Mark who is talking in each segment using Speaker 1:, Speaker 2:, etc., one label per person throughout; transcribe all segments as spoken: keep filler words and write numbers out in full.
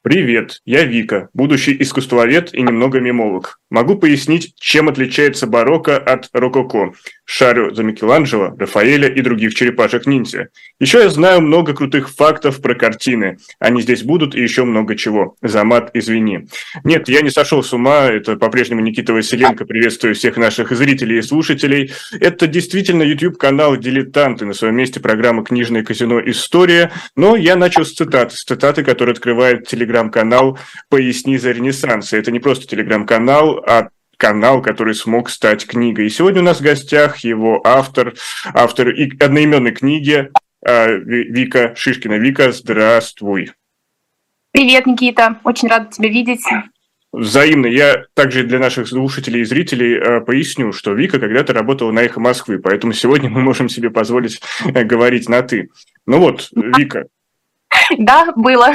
Speaker 1: Привет, я Вика, будущий искусствовед и немного мемолог. Могу пояснить, чем отличается барокко от рококо. Шарю за Микеланджело, Рафаэля и других черепашек-ниндзя. Еще я знаю много крутых фактов про картины. Они здесь будут и еще много чего. За мат извини. Нет, я не сошел с ума, это по-прежнему Никита Василенко, приветствую всех наших зрителей и слушателей. Это действительно YouTube-канал «Дилетанты», на своем месте программа «Книжное казино. История». Но я начал с цитаты, с цитаты, которые открывает телеграм-канал «Поясни за Ренессанс». И это не просто телеграм-канал, а канал, который смог стать книгой. И сегодня у нас в гостях его автор, автор и одноименной книги Вика Шишкина. Вика, здравствуй.
Speaker 2: Привет, Никита. Очень рада тебя видеть.
Speaker 1: Взаимно. Я также для наших слушателей и зрителей э, поясню, что Вика когда-то работала на «Эхо Москвы», поэтому сегодня мы можем себе позволить э, говорить на «ты». Ну вот, Вика.
Speaker 2: Да, было.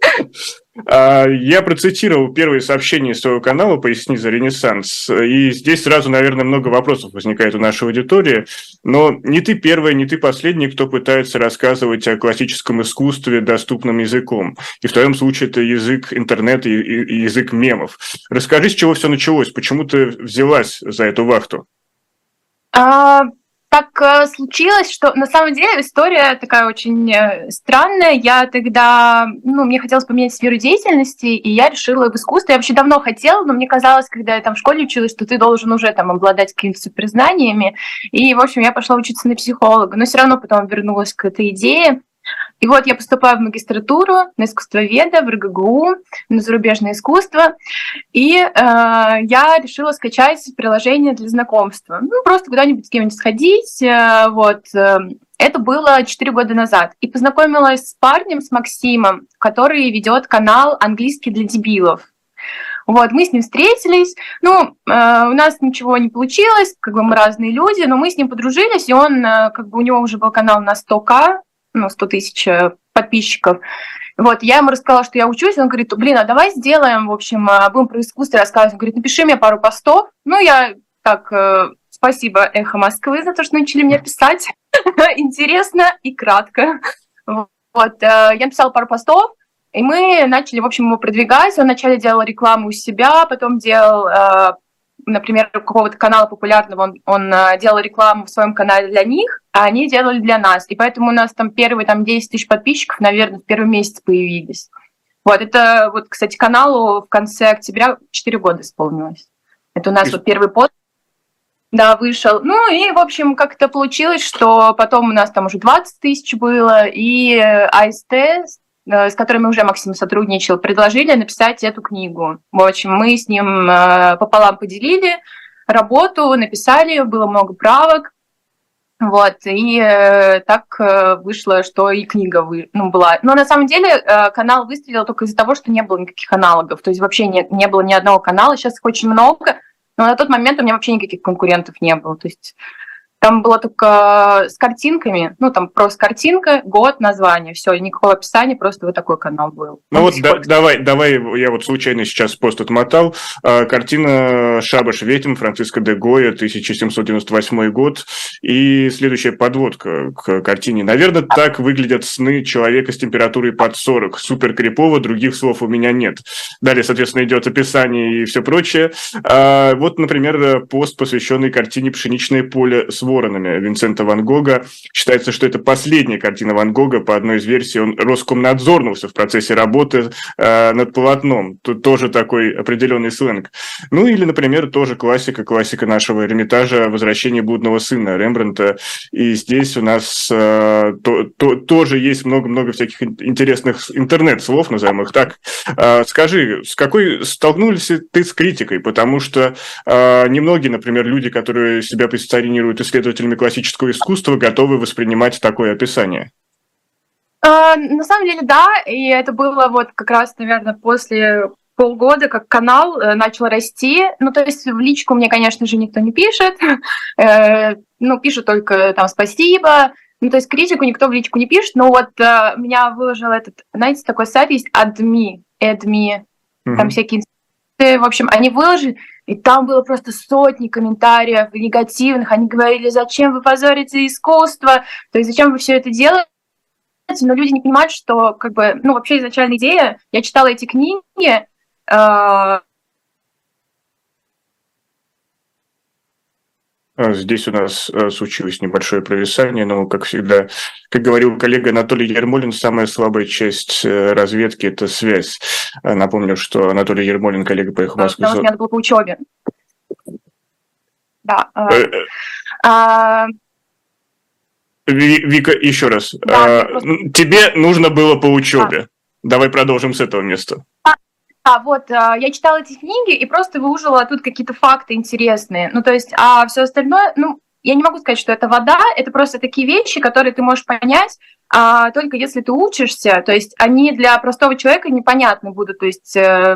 Speaker 1: Я процитировал первые сообщения из своего канала «Поясни за Ренессанс», и здесь сразу, наверное, много вопросов возникает у нашей аудитории, но не ты первая, не ты последний, кто пытается рассказывать о классическом искусстве доступным языком, и в твоем случае это язык интернета и, и язык мемов. Расскажи, с чего все началось, почему ты взялась за эту вахту?
Speaker 2: А... Так случилось, что на самом деле история такая очень странная. Я тогда, ну, мне хотелось поменять сферу деятельности, и я решила в искусстве. Я вообще давно хотела, но мне казалось, когда я там в школе училась, что ты должен уже там обладать какими-то суперзнаниями. И, в общем, я пошла учиться на психолога, но все равно потом вернулась к этой идее. И вот я поступаю в магистратуру на искусствоведа в эр гэ гэ у, на зарубежное искусство, и э, я решила скачать приложение для знакомства. Ну, просто куда-нибудь с кем-нибудь сходить, э, вот. Это было четыре года назад. И познакомилась с парнем, с Максимом, который ведет канал «Английский для дебилов». Вот, мы с ним встретились, ну, э, у нас ничего не получилось, как бы мы разные люди, но мы с ним подружились, и он, э, как бы у него уже был канал на сто тысяч, ну, сто тысяч подписчиков. Вот, я ему рассказала, что я учусь, он говорит, блин, а давай сделаем, в общем, будем про искусство рассказывать. Он говорит, напиши мне пару постов. Ну, я так, спасибо «Эхо Москвы» за то, что научили меня писать. Интересно и кратко. Вот, я написала пару постов, и мы начали, в общем, его продвигать. Он вначале делал рекламу у себя, потом делал... Например, у какого-то канала популярного он, он делал рекламу в своем канале для них, а они делали для нас. И поэтому у нас там первые там, десять тысяч подписчиков, наверное, в первый месяц появились. Вот, это, вот, кстати, каналу в конце октября четыре года исполнилось. Это у нас и... вот первый пост, да, вышел. Ну и, в общем, как-то получилось, что потом у нас там уже двадцать тысяч было, и а эс тэ, с которыми уже Максим сотрудничал, предложили написать эту книгу. В общем, мы с ним пополам поделили работу, написали, было много правок. Вот, и так вышло, что и книга вы, ну, была. Но на самом деле канал выстрелил только из-за того, что не было никаких аналогов. То есть вообще не, не было ни одного канала, сейчас их очень много, но на тот момент у меня вообще никаких конкурентов не было. То есть там было только с картинками, ну, там просто картинка, год, название, все, никакого описания, просто вот такой канал был.
Speaker 1: Ну вот да, давай, давай, я вот случайно сейчас пост отмотал. А, картина «Шабаш ведьм» Франциско де Гойя, тысяча семьсот девяносто восьмой год, и следующая подводка к картине. Наверное, так выглядят сны человека с температурой под сорок. Супер крипово, других слов у меня нет. Далее, соответственно, идет описание и все прочее. А, вот, например, пост, посвященный картине «Пшеничное поле с воронами» Винсента Ван Гога. Считается, что это последняя картина Ван Гога. По одной из версий он роскомнадзорнулся в процессе работы э, над полотном. Тут тоже такой определенный сленг. Ну или, например, тоже классика, классика нашего Эрмитажа «Возвращение блудного сына» Рембрандта. И здесь у нас э, то, то, тоже есть много-много всяких интересных интернет-слов, назовем их так. Э, скажи, с какой столкнулись ты с критикой? Потому что э, немногие, например, люди, которые себя позиционируют исследователями классического искусства, готовы воспринимать такое описание?
Speaker 2: А, на самом деле, да, и это было вот как раз, наверное, после полгода, как канал э, начал расти. Ну, то есть в личку мне, конечно же, никто не пишет, э, ну, пишут только там «спасибо», ну, то есть критику никто в личку не пишет, но вот э, меня выложил этот, знаете, такой сайт есть «Адми», «Эдми», mm-hmm. там всякие, в общем, они выложили, и там было просто сотни комментариев негативных. Они говорили, зачем вы позорите искусство, то есть зачем вы все это делаете. но люди не понимают, что, как бы, ну, вообще изначальная идея, я читала эти книги, э,
Speaker 1: Здесь у нас случилось небольшое провисание, но, как всегда, как говорил коллега Анатолий Ермолин, самая слабая часть разведки – это связь. Напомню, что Анатолий Ермолин, коллега по «Эхо Москвы».
Speaker 2: Потому что мне надо было по учебе. Да. А...
Speaker 1: Вика, еще раз.
Speaker 2: Да,
Speaker 1: а,
Speaker 2: просто...
Speaker 1: Тебе нужно было по учебе. А. Давай продолжим с этого места.
Speaker 2: А, вот, я читала эти книги и просто выужила тут какие-то факты интересные. Ну, то есть, а все остальное, ну, я не могу сказать, что это вода, это просто такие вещи, которые ты можешь понять, а, только если ты учишься. То есть, они для простого человека непонятны будут. То есть, э,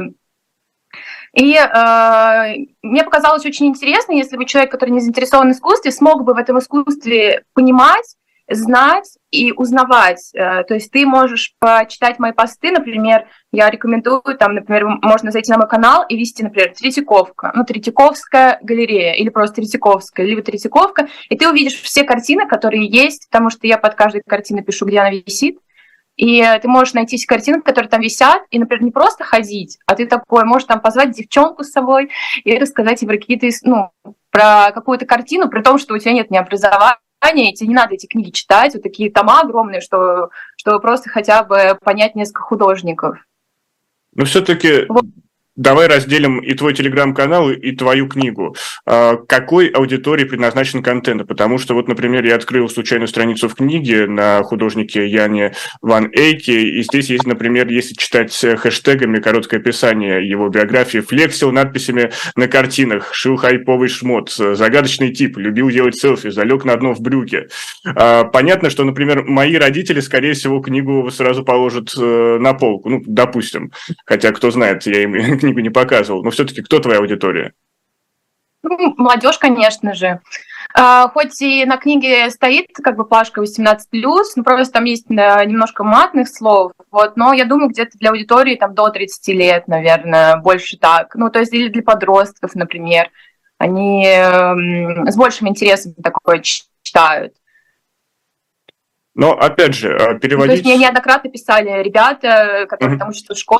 Speaker 2: и э, мне показалось очень интересно, если бы человек, который не заинтересован в искусстве, смог бы в этом искусстве понимать, знать и узнавать. То есть ты можешь почитать мои посты, например, я рекомендую, там, например, можно зайти на мой канал и вести, например, Третьяковка, ну, Третьяковская галерея, или просто Третьяковская, либо Третьяковка, и ты увидишь все картины, которые есть, потому что я под каждой картиной пишу, где она висит, и ты можешь найти все картины, которые там висят, и, например, не просто ходить, а ты такой можешь там позвать девчонку с собой и рассказать ей про какие-то, ну, про какую-то картину, при том, что у тебя нет ни образования, и тебе не надо эти книги читать, вот такие тома огромные, что, чтобы просто хотя бы понять несколько художников.
Speaker 1: Но все-таки вот. Давай разделим и твой телеграм-канал, и твою книгу. Какой аудитории предназначен контент? Потому что, вот, например, я открыл случайную страницу в книге на художнике Яне Ван Эйке, и здесь есть, например, если читать хэштегами короткое описание его биографии, флексил надписями на картинах, шил хайповый шмот, загадочный тип, любил делать селфи, залег на дно в брюке. Понятно, что, например, мои родители, скорее всего, книгу сразу положат на полку, ну, допустим, хотя, кто знает, я им книгу не показывал, но все-таки кто твоя аудитория?
Speaker 2: Ну, молодежь, конечно же. А, хоть и на книге стоит как бы плашка восемнадцать плюс, но просто там есть немножко матных слов, вот, но я думаю, где-то для аудитории там до тридцати лет, наверное, больше так. Ну, то есть или для подростков, например. Они э, с большим интересом такое читают.
Speaker 1: Но, опять же, переводить... Ну, то
Speaker 2: есть мне неоднократно писали ребята, которые uh-huh. там учатся в школе.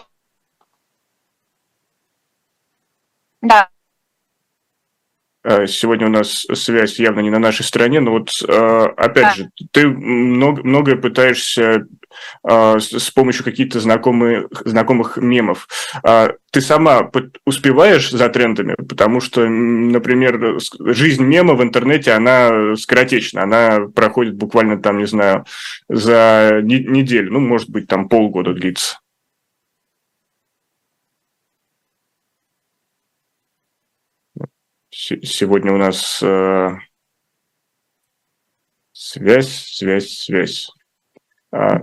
Speaker 2: Да.
Speaker 1: Сегодня у нас связь явно не на нашей стороне, но вот, опять да. же, ты много, многое пытаешься с помощью каких-то знакомых, знакомых мемов. Ты сама успеваешь за трендами? Потому что, например, жизнь мема в интернете, она скоротечна, она проходит буквально там, не знаю, за неделю, ну, может быть, там полгода длится. Сегодня у нас э, связь, связь, связь. А,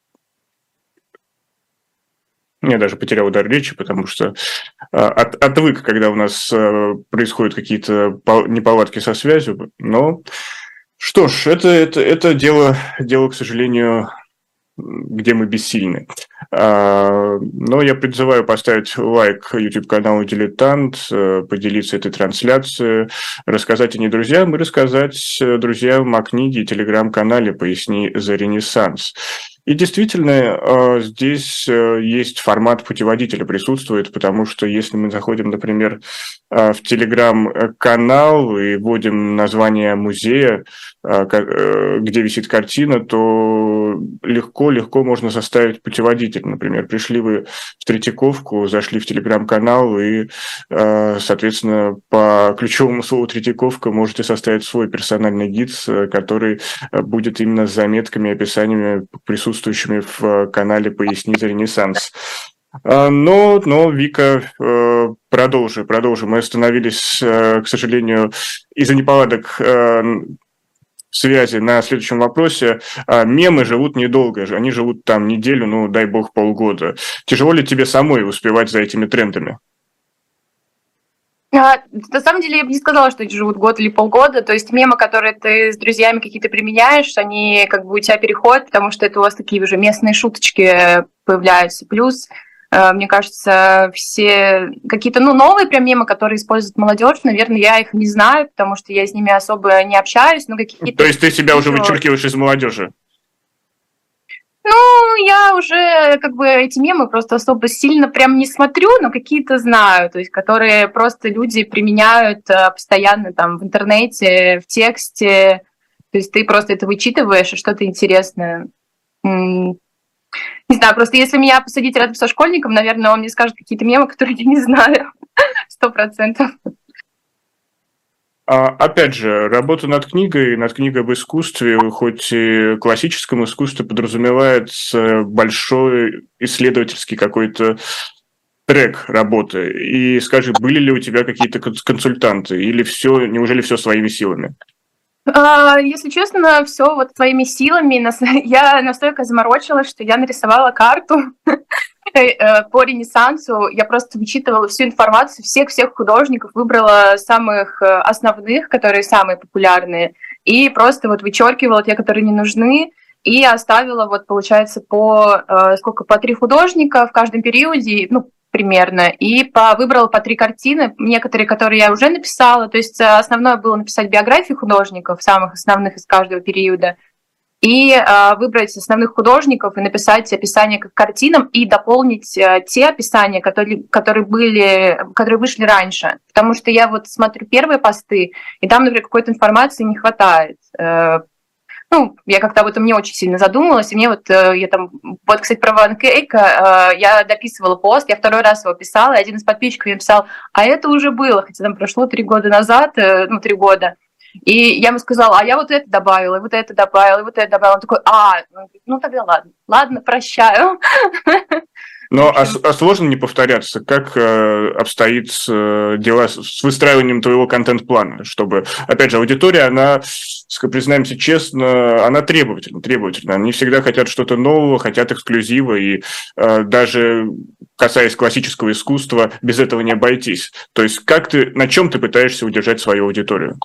Speaker 1: я даже потерял удар речи, потому что а, от, отвык, когда у нас а, происходят какие-то неполадки со связью. Но что ж, это, это, это дело, дело, к сожалению, где мы бессильны. Но я призываю поставить лайк YouTube-каналу «Дилетант», поделиться этой трансляцией, рассказать о ней друзьям и рассказать друзьям о книге и телеграм-канале «Поясни за Ренессанс». И действительно, здесь есть формат путеводителя присутствует, потому что если мы заходим, например, в телеграм-канал и вводим название музея, где висит картина, то легко-легко можно составить путеводитель. Например, пришли вы в Третьяковку, зашли в телеграм-канал и, соответственно, по ключевому слову «Третьяковка» можете составить свой персональный гид, который будет именно с заметками и описаниями присутствующими в канале «Поясни за Ренессанс». Но, но Вика, продолжи, продолжи. Мы остановились, к сожалению, из-за неполадок связи на следующем вопросе. Мемы живут недолго, они живут там неделю, ну, дай бог, полгода. Тяжело ли тебе самой успевать за этими трендами?
Speaker 2: На самом деле, я бы не сказала, что эти живут год или полгода. То есть мемы, которые ты с друзьями какие-то применяешь, они как бы у тебя переходят, потому что это у вас такие уже местные шуточки появляются. Плюс, мне кажется, все какие-то, ну, новые прям мемы, которые использует молодежь, наверное, я их не знаю, потому что я с ними особо не общаюсь. Но какие-то...
Speaker 1: То есть ты себя уже вычеркиваешь из молодежи?
Speaker 2: Ну, я уже как бы эти мемы просто особо сильно прям не смотрю, но какие-то знаю, то есть которые просто люди применяют постоянно там в интернете, в тексте. То есть ты просто это вычитываешь, и что-то интересное. Не знаю, просто если меня посадить рядом со школьником, наверное, он мне скажет какие-то мемы, которые я не знаю. Сто процентов.
Speaker 1: А, опять же, работа над книгой, над книгой об искусстве, хоть и классическом искусстве, подразумевает большой исследовательский какой-то трек работы. И скажи, были ли у тебя какие-то консультанты, или все, неужели все своими силами?
Speaker 2: Если честно, все вот своими силами. Я настолько заморочилась, что я нарисовала карту по Ренессансу. Я просто вычитывала всю информацию всех-всех художников, выбрала самых основных, которые самые популярные, и просто вот вычеркивала те, которые не нужны, и оставила вот, получается, по сколько, по три художника в каждом периоде, ну, примерно, и по, выбрала по три картины, некоторые, которые я уже написала, то есть основное было написать биографии художников, самых основных из каждого периода, и э, выбрать основных художников и написать описание к картинам и дополнить э, те описания, которые, которые, были, которые вышли раньше. Потому что я вот смотрю первые посты, и там, например, какой-то информации не хватает. Э, Ну, я как-то об этом не очень сильно задумалась, и мне вот, я там, вот, кстати, про Ван Кейка, я дописывала пост, я второй раз его писала, и один из подписчиков мне писал, а это уже было, хотя там прошло три года назад, ну, три года, и я ему сказала, а я вот это добавила, и вот это добавила, и вот это добавила, он такой, а, ну, тогда ладно, ладно, прощаю.
Speaker 1: Но а, а сложно не повторяться? Как э, обстоит э, дела с, с выстраиванием твоего контент-плана? Чтобы, опять же, аудитория, она, признаемся честно, она требовательна, требовательна. Они всегда хотят что-то нового, хотят эксклюзива, и э, даже касаясь классического искусства, без этого не обойтись. То есть как ты, на чем ты пытаешься удержать свою аудиторию?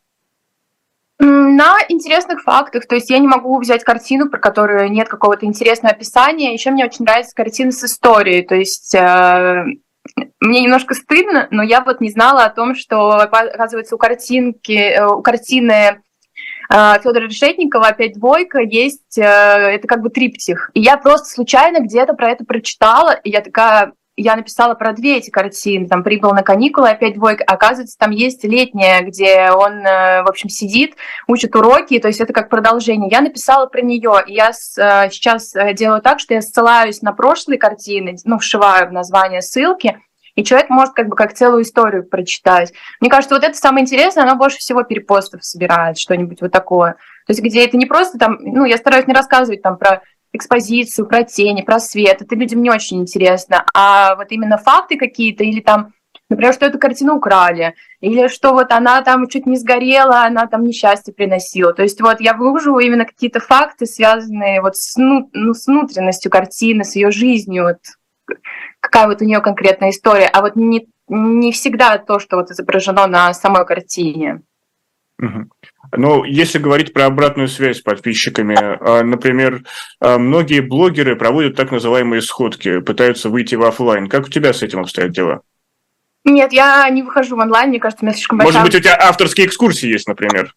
Speaker 2: На интересных фактах. То есть я не могу взять картину, про которую нет какого-то интересного описания. Еще мне очень нравятся картины с историей. То есть э, мне немножко стыдно, но я вот не знала о том, что, оказывается, у картинки, у картины э, Федора Решетникова «Опять двойка» есть, э, это как бы триптих. И я просто случайно где-то про это прочитала, и я такая... Я написала про две эти картины, там «Прибыл на каникулы», «Опять двойка». Оказывается, там есть летняя, где он, в общем, сидит, учит уроки, то есть это как продолжение. Я написала про нее, и я сейчас делаю так, что я ссылаюсь на прошлые картины, ну, вшиваю в название ссылки, и человек может как бы как целую историю прочитать. Мне кажется, вот это самое интересное, оно больше всего перепостов собирает, что-нибудь вот такое. То есть где это не просто там, ну, я стараюсь не рассказывать там про экспозицию, про тени, про свет. Это людям не очень интересно. А вот именно факты какие-то, или там, например, что эту картину украли, или что вот она там чуть не сгорела, она там несчастье приносила. То есть вот я выуживаю именно какие-то факты, связанные вот с, ну, с внутренностью картины, с ее жизнью, вот, какая вот у нее конкретная история. А вот не, не всегда то, что вот изображено на самой картине.
Speaker 1: Угу. Но если говорить про обратную связь с подписчиками, например, многие блогеры проводят так называемые сходки, пытаются выйти в офлайн. Как у тебя с этим обстоят дела?
Speaker 2: Нет, я не выхожу в онлайн, мне кажется, у меня слишком большая...
Speaker 1: Может быть, у тебя авторские экскурсии есть, например?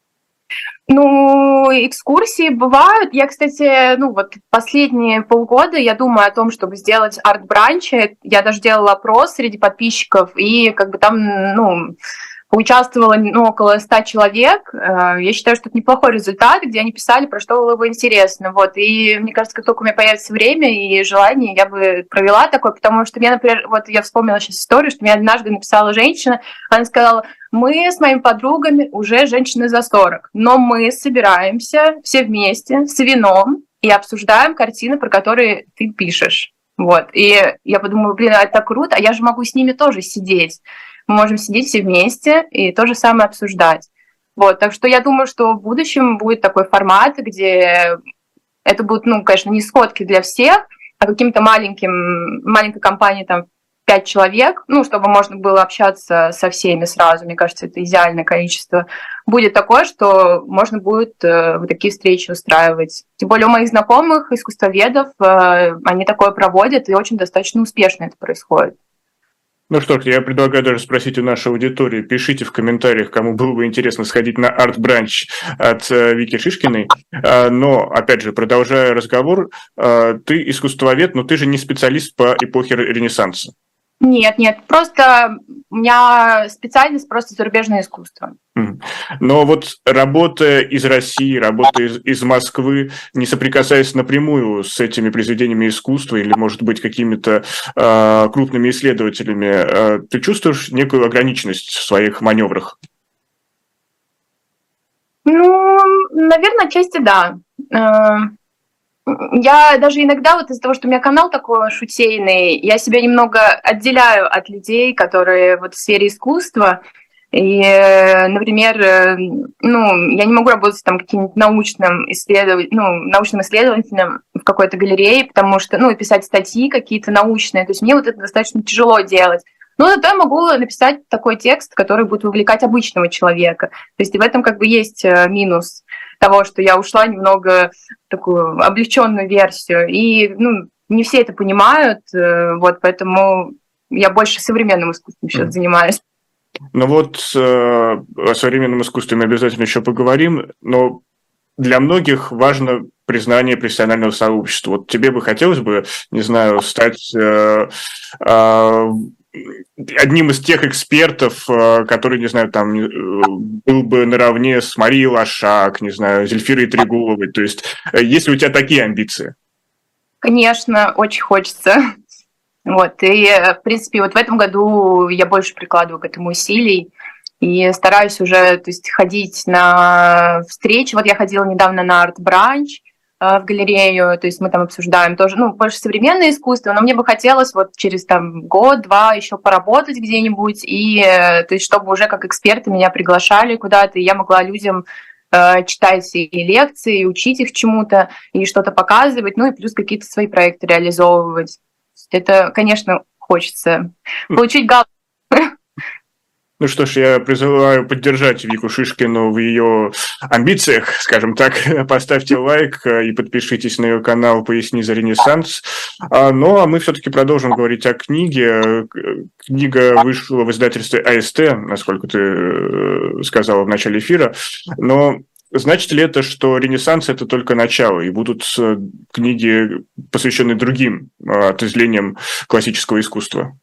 Speaker 2: Ну, экскурсии бывают. Я, кстати, ну вот последние полгода я думаю о том, чтобы сделать арт-бранчи. Я даже делала опрос среди подписчиков, и как бы там, ну... Участвовало ну, около ста человек. Я считаю, что это неплохой результат, где они писали, про что было бы интересно. Вот. И мне кажется, как только у меня появится время и желание, я бы провела такое, потому что мне, например, вот я вспомнила сейчас историю, что мне однажды написала женщина, она сказала, мы с моими подругами уже женщины за сорок, но мы собираемся все вместе с вином и обсуждаем картины, про которые ты пишешь. Вот. И я подумала, блин, это так круто, а я же могу с ними тоже сидеть. Мы можем сидеть все вместе и то же самое обсуждать. Вот, так что я думаю, что в будущем будет такой формат, где это будут, ну, конечно, не сходки для всех, а каким-то маленьким, маленькой компанией, там, пять человек, ну, чтобы можно было общаться со всеми сразу. Мне кажется, это идеальное количество. Будет такое, что можно будет э, вот такие встречи устраивать. Тем более у моих знакомых искусствоведов э, они такое проводят, и очень достаточно успешно это происходит.
Speaker 1: Ну что ж, я предлагаю даже спросить у нашей аудитории. Пишите в комментариях, кому было бы интересно сходить на арт-бранч от э, Вики Шишкиной. А, но, опять же, продолжая разговор, а, ты искусствовед, но ты же не специалист по эпохе Ренессанса.
Speaker 2: Нет, нет, просто у меня специальность просто зарубежное искусство.
Speaker 1: Но вот работая из России, работая из, из Москвы, не соприкасаясь напрямую с этими произведениями искусства или, может быть, какими-то э, крупными исследователями, э, ты чувствуешь некую ограниченность в своих маневрах?
Speaker 2: Ну, наверное, отчасти да. Я даже иногда вот из-за того, что у меня канал такой шутейный, я себя немного отделяю от людей, которые вот в сфере искусства. И, например, ну, я не могу работать там каким-нибудь научным исследователем, ну, научным исследователем в какой-то галерее, потому что, ну, писать статьи какие-то научные. То есть мне вот это достаточно тяжело делать. Но зато я могу написать такой текст, который будет вовлекать обычного человека. То есть в этом как бы есть минус того, что я ушла немного в такую облегченную версию. И ну, не все это понимают, вот, поэтому я больше современным искусством сейчас mm. занимаюсь.
Speaker 1: Ну вот э, о современном искусстве мы обязательно еще поговорим, но для многих важно признание профессионального сообщества. Вот тебе бы хотелось бы, не знаю, стать э, э, одним из тех экспертов, который, не знаю, там был бы наравне с Марией Лошак, не знаю, Зельфирой Трегуловой. То есть есть ли у тебя такие амбиции?
Speaker 2: Конечно, очень хочется. Вот, и, в принципе, вот в этом году я больше прикладываю к этому усилий и стараюсь уже, то есть, ходить на встречи. Вот я ходила недавно на арт-бранч в галерею, то есть мы там обсуждаем тоже, ну, больше современное искусство, но мне бы хотелось вот через там год-два еще поработать где-нибудь, и, то есть, чтобы уже как эксперты меня приглашали куда-то, и я могла людям э, читать и лекции, и учить их чему-то, и что-то показывать, ну, и плюс какие-то свои проекты реализовывать. Это, конечно, хочется получить галочку.
Speaker 1: Ну что ж, я призываю поддержать Вику Шишкину в ее амбициях, скажем так. Поставьте лайк и подпишитесь на ее канал «Поясни за Ренессанс». Ну, а мы все-таки продолжим говорить о книге. Книга вышла в издательстве а эс тэ, насколько ты сказала в начале эфира. Но значит ли это, что Ренессанс – это только начало, и будут книги, посвященные другим ответвлениям классического искусства?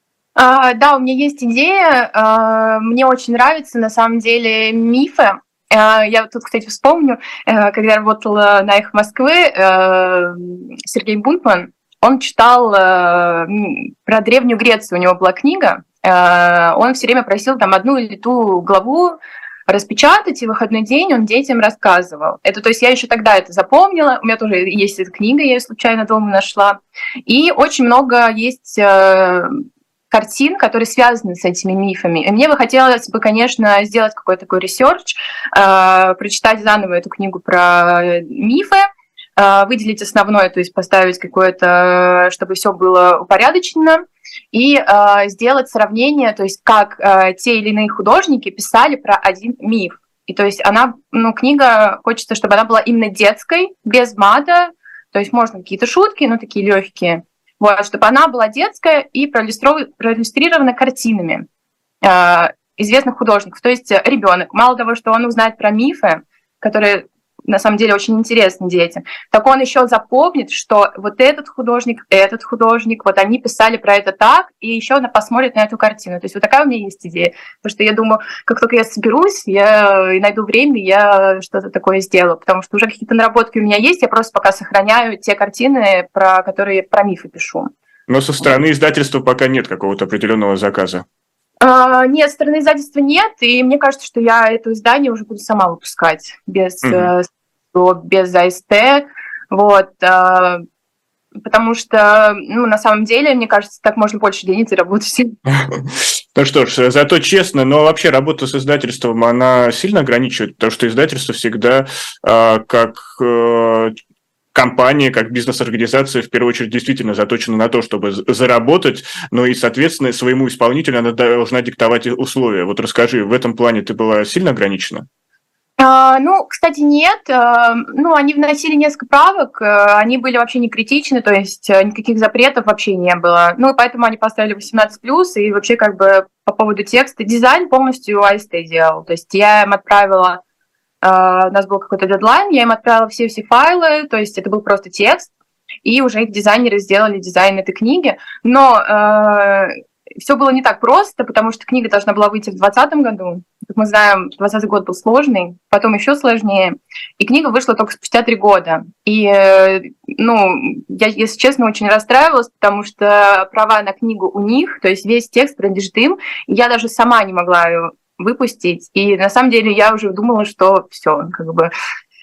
Speaker 2: Uh, да, у меня есть идея. Uh, мне очень нравятся, на самом деле, мифы. Uh, я тут, кстати, вспомню, uh, когда я работала на «Эхо Москвы», uh, Сергей Бунтман, он читал uh, про Древнюю Грецию, у него была книга. Uh, он все время просил там одну или ту главу распечатать, и в выходной день он детям рассказывал. Это, то есть я еще тогда это запомнила, у меня тоже есть эта книга, я ее случайно дома нашла. И очень много есть... Uh, картин, которые связаны с этими мифами. И мне бы хотелось бы, конечно, сделать какой-то такой ресерч, э, прочитать заново эту книгу про мифы, э, выделить основное, то есть поставить какое-то, чтобы все было упорядочено, и э, сделать сравнение, то есть как э, те или иные художники писали про один миф. И то есть она, ну, книга, хочется, чтобы она была именно детской, без мата, то есть можно какие-то шутки, но такие легкие. Вот, чтобы она была детская и проиллюстрирована картинами э, известных художников. То есть ребенок, мало того, что он узнает про мифы, которые на самом деле очень интересны детям, так он еще запомнит, что вот этот художник, этот художник, вот они писали про это так, и еще она посмотрит на эту картину. То есть вот такая у меня есть идея. Потому что я думаю, как только я соберусь, я и найду время, я что-то такое сделаю. Потому что уже какие-то наработки у меня есть, я просто пока сохраняю те картины, про которые про мифы пишу.
Speaker 1: Но со стороны издательства пока нет какого-то определенного заказа.
Speaker 2: Uh, нет, со стороны издательства нет, и мне кажется, что я это издание уже буду сама выпускать, без, mm-hmm. uh, без а эс тэ, вот, uh, потому что, ну, на самом деле, мне кажется, так можно больше денег заработать.
Speaker 1: Ну что ж, зато честно, но вообще работа с издательством, она сильно ограничивает, потому что издательство всегда uh, как... Uh, компания, как бизнес-организация, в первую очередь, действительно заточена на то, чтобы заработать, но и, соответственно, своему исполнителю она должна диктовать условия. Вот расскажи, в этом плане ты была сильно ограничена?
Speaker 2: А, ну, кстати, нет. А, ну, они вносили несколько правок, а, они были вообще не критичны, то есть никаких запретов вообще не было. Ну, и поэтому они поставили восемнадцать плюс, и вообще как бы по поводу текста, дизайн полностью эй эс ти делал. То есть я им отправила, а, у нас был какой-то дедлайн, я им отправила все-все файлы, то есть это был просто текст, и уже их дизайнеры сделали дизайн этой книги. Но а, все было не так просто, потому что книга должна была выйти в двадцатом году. Как мы знаем, двадцатый год был сложный, потом еще сложнее. И книга вышла только спустя три года. И, ну, я, если честно, очень расстраивалась, потому что права на книгу у них, то есть весь текст принадлежит им, и я даже сама не могла ее выпустить. И на самом деле я уже думала, что все, как бы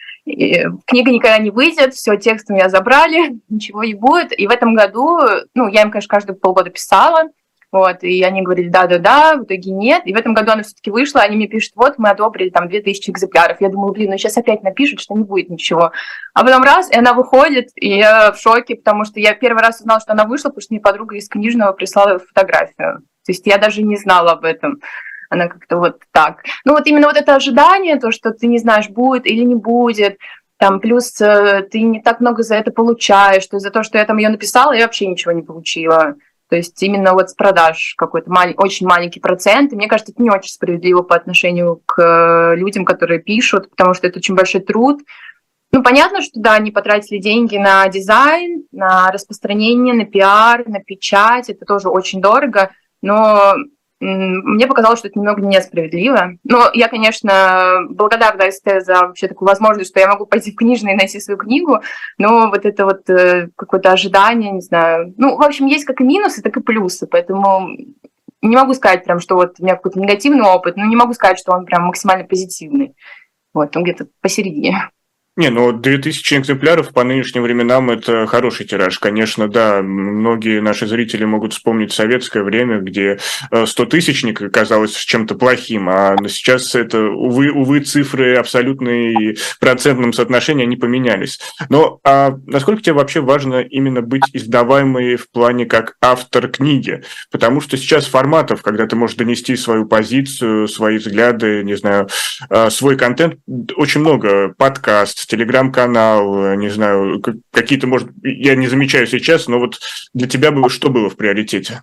Speaker 2: книга никогда не выйдет, все, текст у меня забрали, ничего не будет. И в этом году, ну, я им, конечно, каждые полгода писала, вот, и они говорили, да-да-да, в итоге нет. И в этом году она все-таки вышла, они мне пишут, вот, мы одобрили там две тысячи экземпляров. Я думала, блин, ну сейчас опять напишут, что не будет ничего. А потом раз, и она выходит, и я в шоке, потому что я первый раз узнала, что она вышла, потому что мне подруга из книжного прислала фотографию. То есть я даже не знала об этом. Она как-то вот так. Ну вот именно вот это ожидание, то, что ты не знаешь, будет или не будет, там, плюс ты не так много за это получаешь, что за то, что я там ее написала, я вообще ничего не получила. То есть именно вот с продаж какой-то мал- очень маленький процент. И мне кажется, это не очень справедливо по отношению к людям, которые пишут, потому что это очень большой труд. Ну, понятно, что да, они потратили деньги на дизайн, на распространение, на пиар, на печать. Это тоже очень дорого, но мне показалось, что это немного несправедливо. Но я, конечно, благодарна СТ за вообще такую возможность, что я могу пойти в книжный и найти свою книгу, но вот это вот э, какое-то ожидание, не знаю. Ну, в общем, есть как и минусы, так и плюсы, поэтому не могу сказать прям, что вот у меня какой-то негативный опыт, но не могу сказать, что он прям максимально позитивный. Вот, он где-то посередине.
Speaker 1: Не, ну две тысячи экземпляров по нынешним временам – это хороший тираж. Конечно, да, многие наши зрители могут вспомнить советское время, где стотысячник казалось чем-то плохим, а сейчас это, увы, увы, цифры абсолютные и в процентном соотношении, они поменялись. Но а насколько тебе вообще важно именно быть издаваемой в плане как автор книги? Потому что сейчас форматов, когда ты можешь донести свою позицию, свои взгляды, не знаю, свой контент, очень много. Подкаст, телеграм-канал, не знаю, какие-то, может, я не замечаю сейчас, но вот для тебя было, что было в приоритете?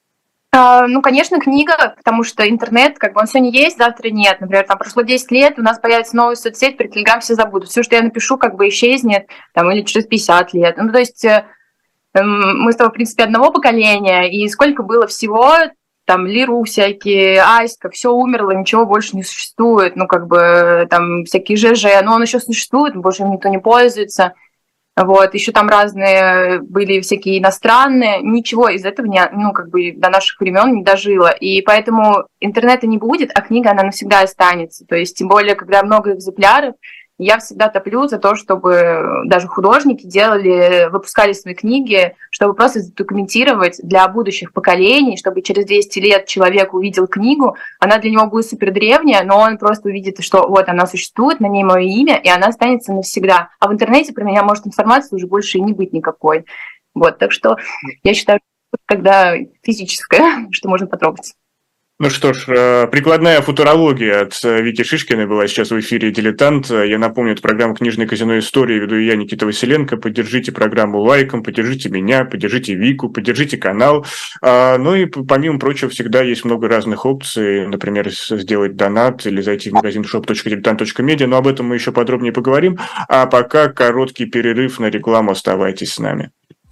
Speaker 2: А, ну, конечно, книга, потому что интернет, как бы он сегодня есть, завтра нет. Например, там прошло десять лет, у нас появится новая соцсеть, про Телеграм все забудут. Все, что я напишу, как бы исчезнет, там, или через пятьдесят лет. Ну, то есть э, э, мы с тобой, в принципе, одного поколения, и сколько было всего, там, Лиру всякие, Аська, все умерло, ничего больше не существует, ну, как бы, там, всякие ЖЖ, но он еще существует, больше им никто не пользуется, вот, еще там разные были всякие иностранные, ничего из этого, не, ну, как бы, до наших времен не дожило, и поэтому интернета не будет, а книга, она навсегда останется, то есть, тем более, когда много экземпляров, я всегда топлю за то, чтобы даже художники делали, выпускали свои книги, чтобы просто задокументировать для будущих поколений, чтобы через двести лет человек увидел книгу, она для него будет супер древняя, но он просто увидит, что вот она существует, на ней мое имя, и она останется навсегда. А в интернете про меня может информации уже больше и не быть никакой. Вот, так что я считаю, что тогда физическое, что можно потрогать.
Speaker 1: Ну что ж, прикладная футурология от Вики Шишкиной была сейчас в эфире «Дилетант». Я напомню, это программа «Книжное казино. Истории». Веду я, Никита Василенко. Поддержите программу лайком, поддержите меня, поддержите Вику, поддержите канал. Ну и, помимо прочего, всегда есть много разных опций. Например, сделать донат или зайти в магазин шоп точка дилетант точка медиа. Но об этом мы еще подробнее поговорим. А пока короткий перерыв на рекламу. Оставайтесь с нами.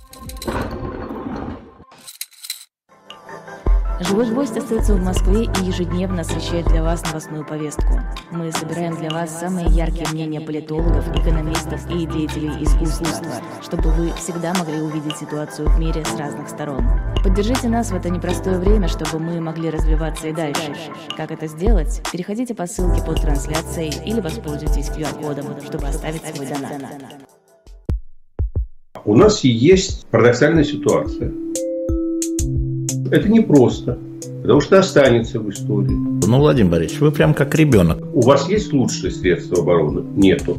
Speaker 3: «Живой гвоздь» остается в Москве и ежедневно освещает для вас новостную повестку. Мы собираем для вас самые яркие мнения политологов, экономистов и деятелей искусства, чтобы вы всегда могли увидеть ситуацию в мире с разных сторон. Поддержите нас в это непростое время, чтобы мы могли развиваться и дальше. Как это сделать? Переходите по ссылке под трансляцией или воспользуйтесь ку ар-кодом, чтобы оставить свой донат.
Speaker 4: У нас есть парадоксальная ситуация. Это непросто, потому что останется в истории.
Speaker 5: Ну, Владимир Борисович, вы прям как ребенок.
Speaker 4: У вас есть лучшие средства обороны? Нету.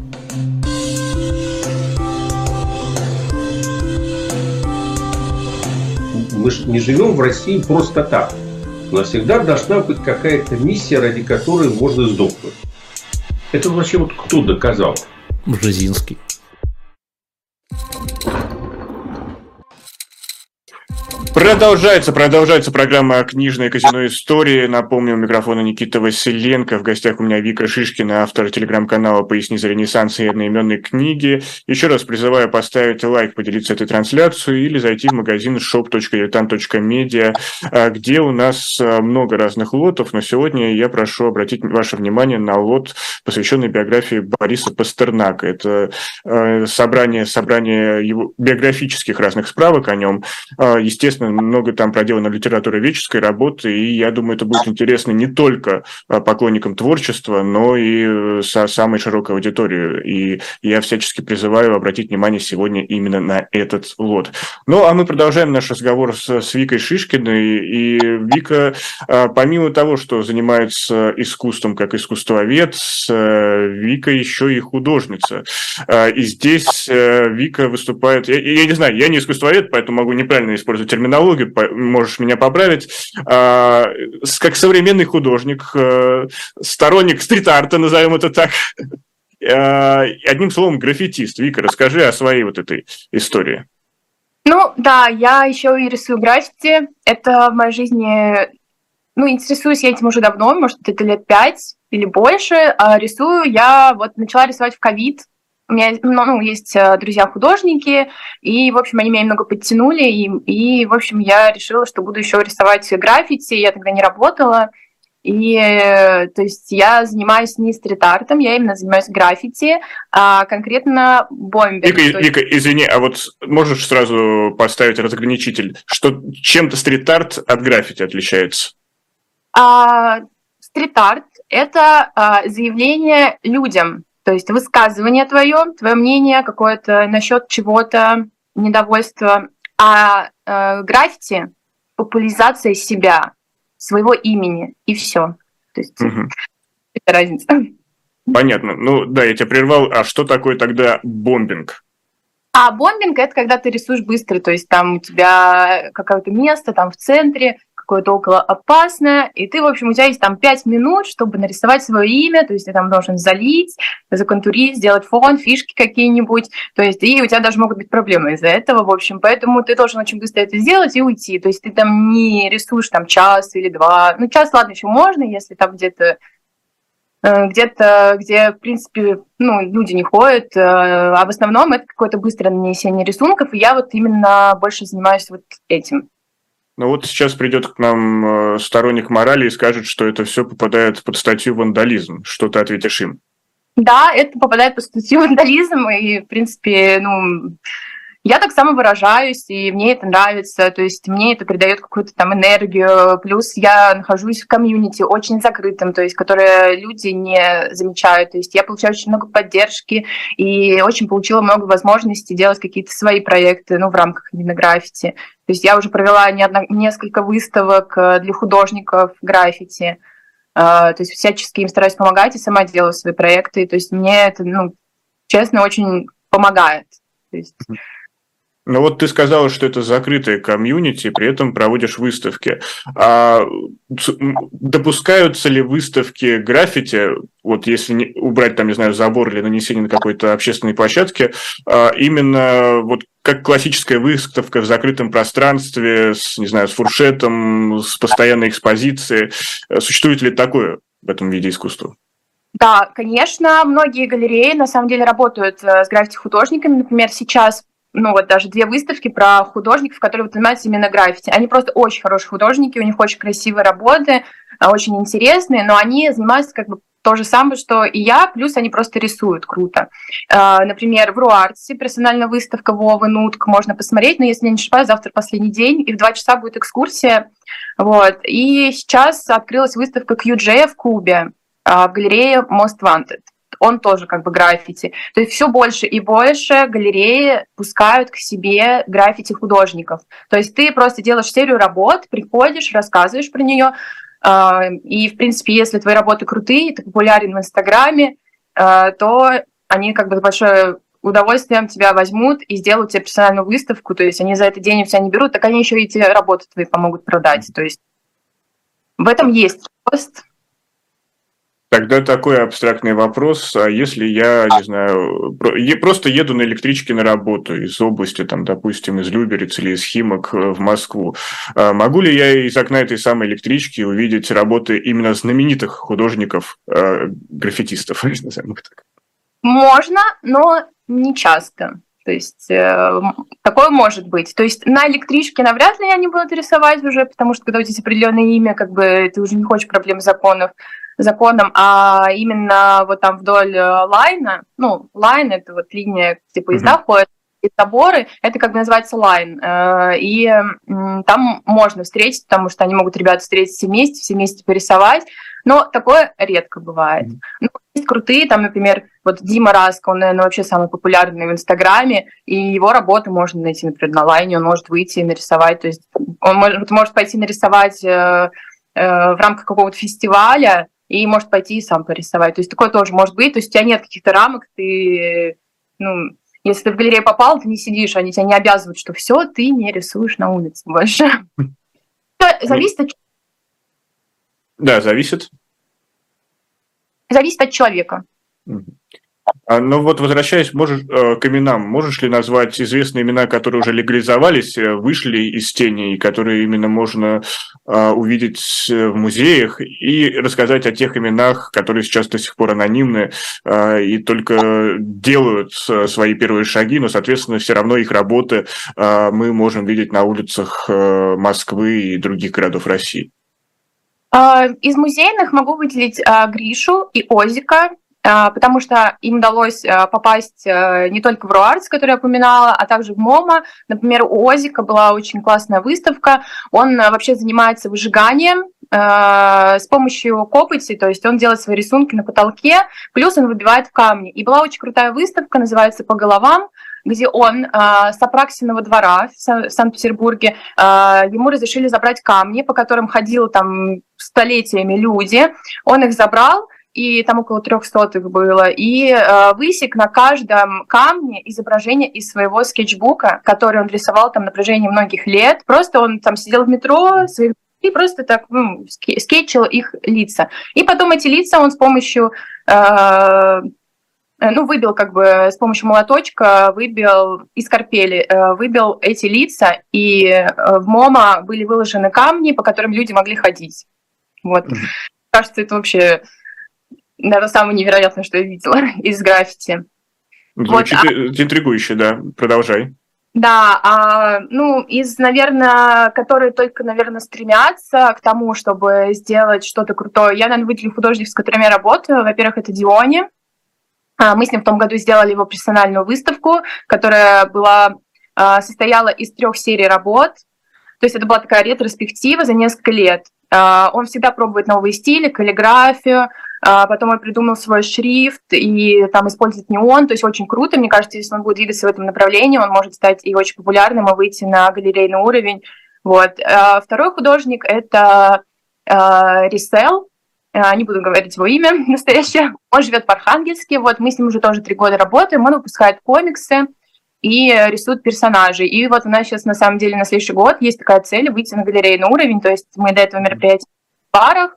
Speaker 4: Мы же не живем в России просто так. У нас всегда должна быть какая-то миссия, ради которой можно сдохнуть. Это вообще вот кто доказал?
Speaker 5: Бжезинский.
Speaker 1: Продолжается, продолжается программа «Книжное казино истории». Напомню, у микрофона Никита Василенко. В гостях у меня Вика Шишкина, автор телеграм-канала «Поясни за Ренессанс» и одноименной книги. Еще раз призываю поставить лайк, поделиться этой трансляцией или зайти в магазин шоп точка дилетант точка медиа, где у нас много разных лотов. Но сегодня я прошу обратить ваше внимание на лот, посвященный биографии Бориса Пастернака. Это собрание, собрание его биографических разных справок о нем. Естественно, много там проделано литературоведческой работы, и я думаю, это будет интересно не только поклонникам творчества, но и со самой широкой аудиторией. И я всячески призываю обратить внимание сегодня именно на этот лот. Ну, а мы продолжаем наш разговор с, с Викой Шишкиной. И Вика, помимо того, что занимается искусством как искусствовед, Вика еще и художница. И здесь Вика выступает... Я, я не знаю, я не искусствовед, поэтому могу неправильно использовать терминологию, можешь меня поправить, как современный художник, сторонник стрит-арта, назовем это так, одним словом, граффитист. Вика, расскажи о своей вот этой истории.
Speaker 2: Ну, да, я еще и рисую граффити. Это в моей жизни... Ну, интересуюсь я этим уже давно, может, это лет пять или больше. А рисую я... Вот начала рисовать в ковид. У меня ну, есть друзья-художники, и, в общем, они меня немного подтянули, и, и, в общем, я решила, что буду еще рисовать граффити. Я тогда не работала, и, то есть, я занимаюсь не стрит-артом, я именно занимаюсь граффити, а конкретно бомбинг.
Speaker 1: Вика,
Speaker 2: есть...
Speaker 1: Вика, извини, а вот можешь сразу поставить разграничитель, что чем-то стрит-арт от граффити отличается?
Speaker 2: А, стрит-арт — это а, заявление людям. То есть высказывание твое, твое мнение какое-то насчет чего-то, недовольства. А э, граффити — популяризация себя, своего имени, и все. То есть угу. Это разница.
Speaker 1: Понятно. Ну да, я тебя прервал. А что такое тогда бомбинг?
Speaker 2: А бомбинг — это когда ты рисуешь быстро, то есть там у тебя какое-то место там в центре, какое-то около опасное, и ты, в общем, у тебя есть там пять минут, чтобы нарисовать свое имя, то есть ты там должен залить, законтурить, сделать фон, фишки какие-нибудь, то есть и у тебя даже могут быть проблемы из-за этого, в общем, поэтому ты должен очень быстро это сделать и уйти, то есть ты там не рисуешь там час или два, ну час, ладно, еще можно, если там где-то где-то, где, в принципе, ну, люди не ходят, а в основном это какое-то быстрое нанесение рисунков, и я вот именно больше занимаюсь вот этим.
Speaker 1: Ну вот сейчас придет к нам сторонник морали и скажет, что это все попадает под статью вандализм. Что ты ответишь им?
Speaker 2: Да, это попадает под статью вандализм, и, в принципе, ну... Я так самовыражаюсь, и мне это нравится, то есть мне это придает какую-то там энергию, плюс я нахожусь в комьюнити очень закрытом, то есть которое люди не замечают, то есть я получаю очень много поддержки и очень получила много возможностей делать какие-то свои проекты, ну, в рамках именно граффити. То есть я уже провела не одно, несколько выставок для художников граффити, то есть всячески им стараюсь помогать и сама делаю свои проекты, то есть мне это, ну, честно, очень помогает. То есть...
Speaker 1: Ну вот ты сказала, что это закрытое комьюнити, при этом проводишь выставки. А допускаются ли выставки граффити, вот если не, убрать там, не знаю, забор или нанесение на какой-то общественной площадке, а именно вот как классическая выставка в закрытом пространстве, с, не знаю, с фуршетом, с постоянной экспозицией. Существует ли такое в этом виде искусства?
Speaker 2: Да, конечно, многие галереи на самом деле работают с граффити-художниками. Например, сейчас ну вот даже две выставки про художников, которые вот занимаются именно граффити. Они просто очень хорошие художники, у них очень красивые работы, очень интересные, но они занимаются как бы то же самое, что и я, плюс они просто рисуют круто. Например, в Руарте персональная выставка Вовы Нутк, можно посмотреть, но если я не ошибаюсь, завтра последний день, и в два часа будет экскурсия. Вот. И сейчас открылась выставка кью джей в Кубе, в галерее Most Wanted. Он тоже как бы граффити. То есть все больше и больше галереи пускают к себе граффити-художников. То есть ты просто делаешь серию работ, приходишь, рассказываешь про нее, и, в принципе, если твои работы крутые, ты популярен в Инстаграме, то они как бы с большим удовольствием тебя возьмут и сделают тебе персональную выставку. То есть они за это денег тебя не берут, так они еще и эти работы твои помогут продать. То есть в этом есть рост.
Speaker 1: Тогда такой абстрактный вопрос. А если я, не знаю, просто еду на электричке на работу из области, там, допустим, из Люберец или из Химок в Москву, могу ли я из окна этой самой электрички увидеть работы именно знаменитых художников, граффитистов?
Speaker 2: Можно, но не часто. То есть э, такое может быть. То есть на электричке навряд ли они будут рисовать уже, потому что когда у тебя есть определенное имя, как бы ты уже не хочешь проблем с законов, законом, а именно вот там вдоль лайна, ну, лайн — это вот линия, где поезда mm-hmm. ходят, и соборы, это как бы называется лайн. И там можно встретить, потому что они могут, ребята, встретиться все вместе, все вместе порисовать, но такое редко бывает. Mm-hmm. Ну, есть крутые, там, например, вот Дима Раско, он, наверное, вообще самый популярный в Инстаграме, и его работу можно найти, например, на лайне, он может выйти и нарисовать, то есть он может, может пойти нарисовать э, э, в рамках какого-то фестиваля, и может пойти и сам порисовать. То есть такое тоже может быть, то есть у тебя нет каких-то рамок, ты, ну, если ты в галерею попал, ты не сидишь, они тебя не обязывают, что все, ты не рисуешь на улице больше. Зависит от...
Speaker 1: Да, зависит.
Speaker 2: Зависит от человека.
Speaker 1: Ну вот, возвращаясь можешь, к именам, можешь ли назвать известные имена, которые уже легализовались, вышли из тени, и которые именно можно увидеть в музеях, и рассказать о тех именах, которые сейчас до сих пор анонимны и только делают свои первые шаги, но, соответственно, все равно их работы мы можем видеть на улицах Москвы и других городов России?
Speaker 2: Из музейных могу выделить Гришу и Озика, потому что им удалось попасть не только в РУАРТС, который я упоминала, а также в МОМА. Например, у Озика была очень классная выставка. Он вообще занимается выжиганием с помощью копоти, то есть он делает свои рисунки на потолке, плюс он выбивает в камни. И была очень крутая выставка, называется «По головам», где он с Апраксиного двора в Санкт-Петербурге, ему разрешили забрать камни, по которым ходили там столетиями люди. Он их забрал, и там около трехсот их было, и э, высек на каждом камне изображение из своего скетчбука, который он рисовал там на протяжении многих лет. Просто он там сидел в метро своих, и просто так ну, скетчил их лица. И потом эти лица он с помощью, э, ну, выбил как бы с помощью молоточка, выбил из карпели, э, выбил эти лица, и э, в МОМА были выложены камни, по которым люди могли ходить. Вот. Mm-hmm. Кажется, это вообще... наверное, самое невероятное, что я видела из граффити.
Speaker 1: Звучит вот, а... интригующе, да. Продолжай.
Speaker 2: Да, а, ну, из, наверное, которые только, наверное, стремятся к тому, чтобы сделать что-то крутое. Я, наверное, выделю художников, с которыми я работаю. Во-первых, это Диони. Мы с ним в том году сделали его персональную выставку, которая была, состояла из трех серий работ. То есть это была такая ретроспектива за несколько лет. Он всегда пробует новые стили, каллиграфию, потом он придумал свой шрифт и там использует неон, то есть очень круто. Мне кажется, если он будет двигаться в этом направлении, он может стать и очень популярным, и выйти на галерейный уровень. Вот. Второй художник — это Рисел, не буду говорить его имя настоящее, он живет в Архангельске, вот мы с ним уже тоже три года работаем, он выпускает комиксы и рисует персонажей. И вот у нас сейчас, на самом деле, на следующий год есть такая цель — выйти на галерейный уровень, то есть мы до этого мероприятия в парах,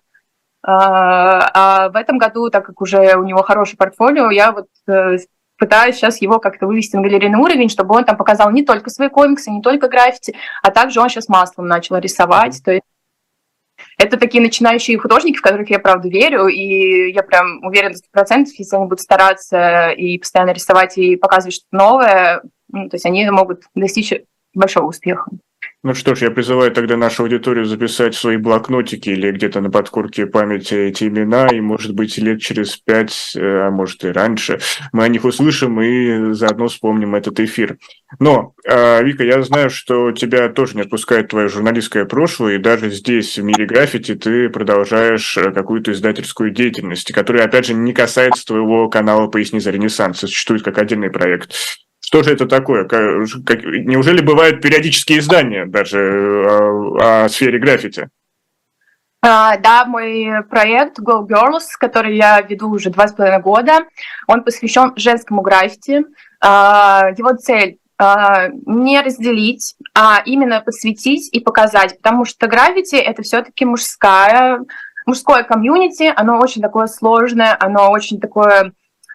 Speaker 2: а в этом году, так как уже у него хорошее портфолио, я вот пытаюсь сейчас его как-то вывести на галерейный уровень, чтобы он там показал не только свои комиксы, не только граффити, а также он сейчас маслом начал рисовать, то есть это такие начинающие художники, в которых я, правда, верю, и я прям уверена сто процентов, если они будут стараться и постоянно рисовать и показывать что-то новое, ну, то есть они могут достичь большого успеха.
Speaker 1: Ну что ж, я призываю тогда нашу аудиторию записать в свои блокнотики или где-то на подкорке памяти эти имена, и, может быть, лет через пять, а может и раньше, мы о них услышим и заодно вспомним этот эфир. Но, Вика, я знаю, что тебя тоже не отпускает твое журналистское прошлое, и даже здесь, в мире граффити, ты продолжаешь какую-то издательскую деятельность, которая, опять же, не касается твоего канала «Поясни за Ренессанс», существует как отдельный проект. Что же это такое? Как, неужели бывают периодические издания даже о, о сфере граффити?
Speaker 2: Uh, да, мой проект Go Girls, который я веду уже два с половиной года, он посвящен женскому граффити. Uh, его цель uh, не разделить, а именно подсветить и показать, потому что граффити — это все-таки мужская мужское комьюнити, оно очень такое сложное, оно очень такое,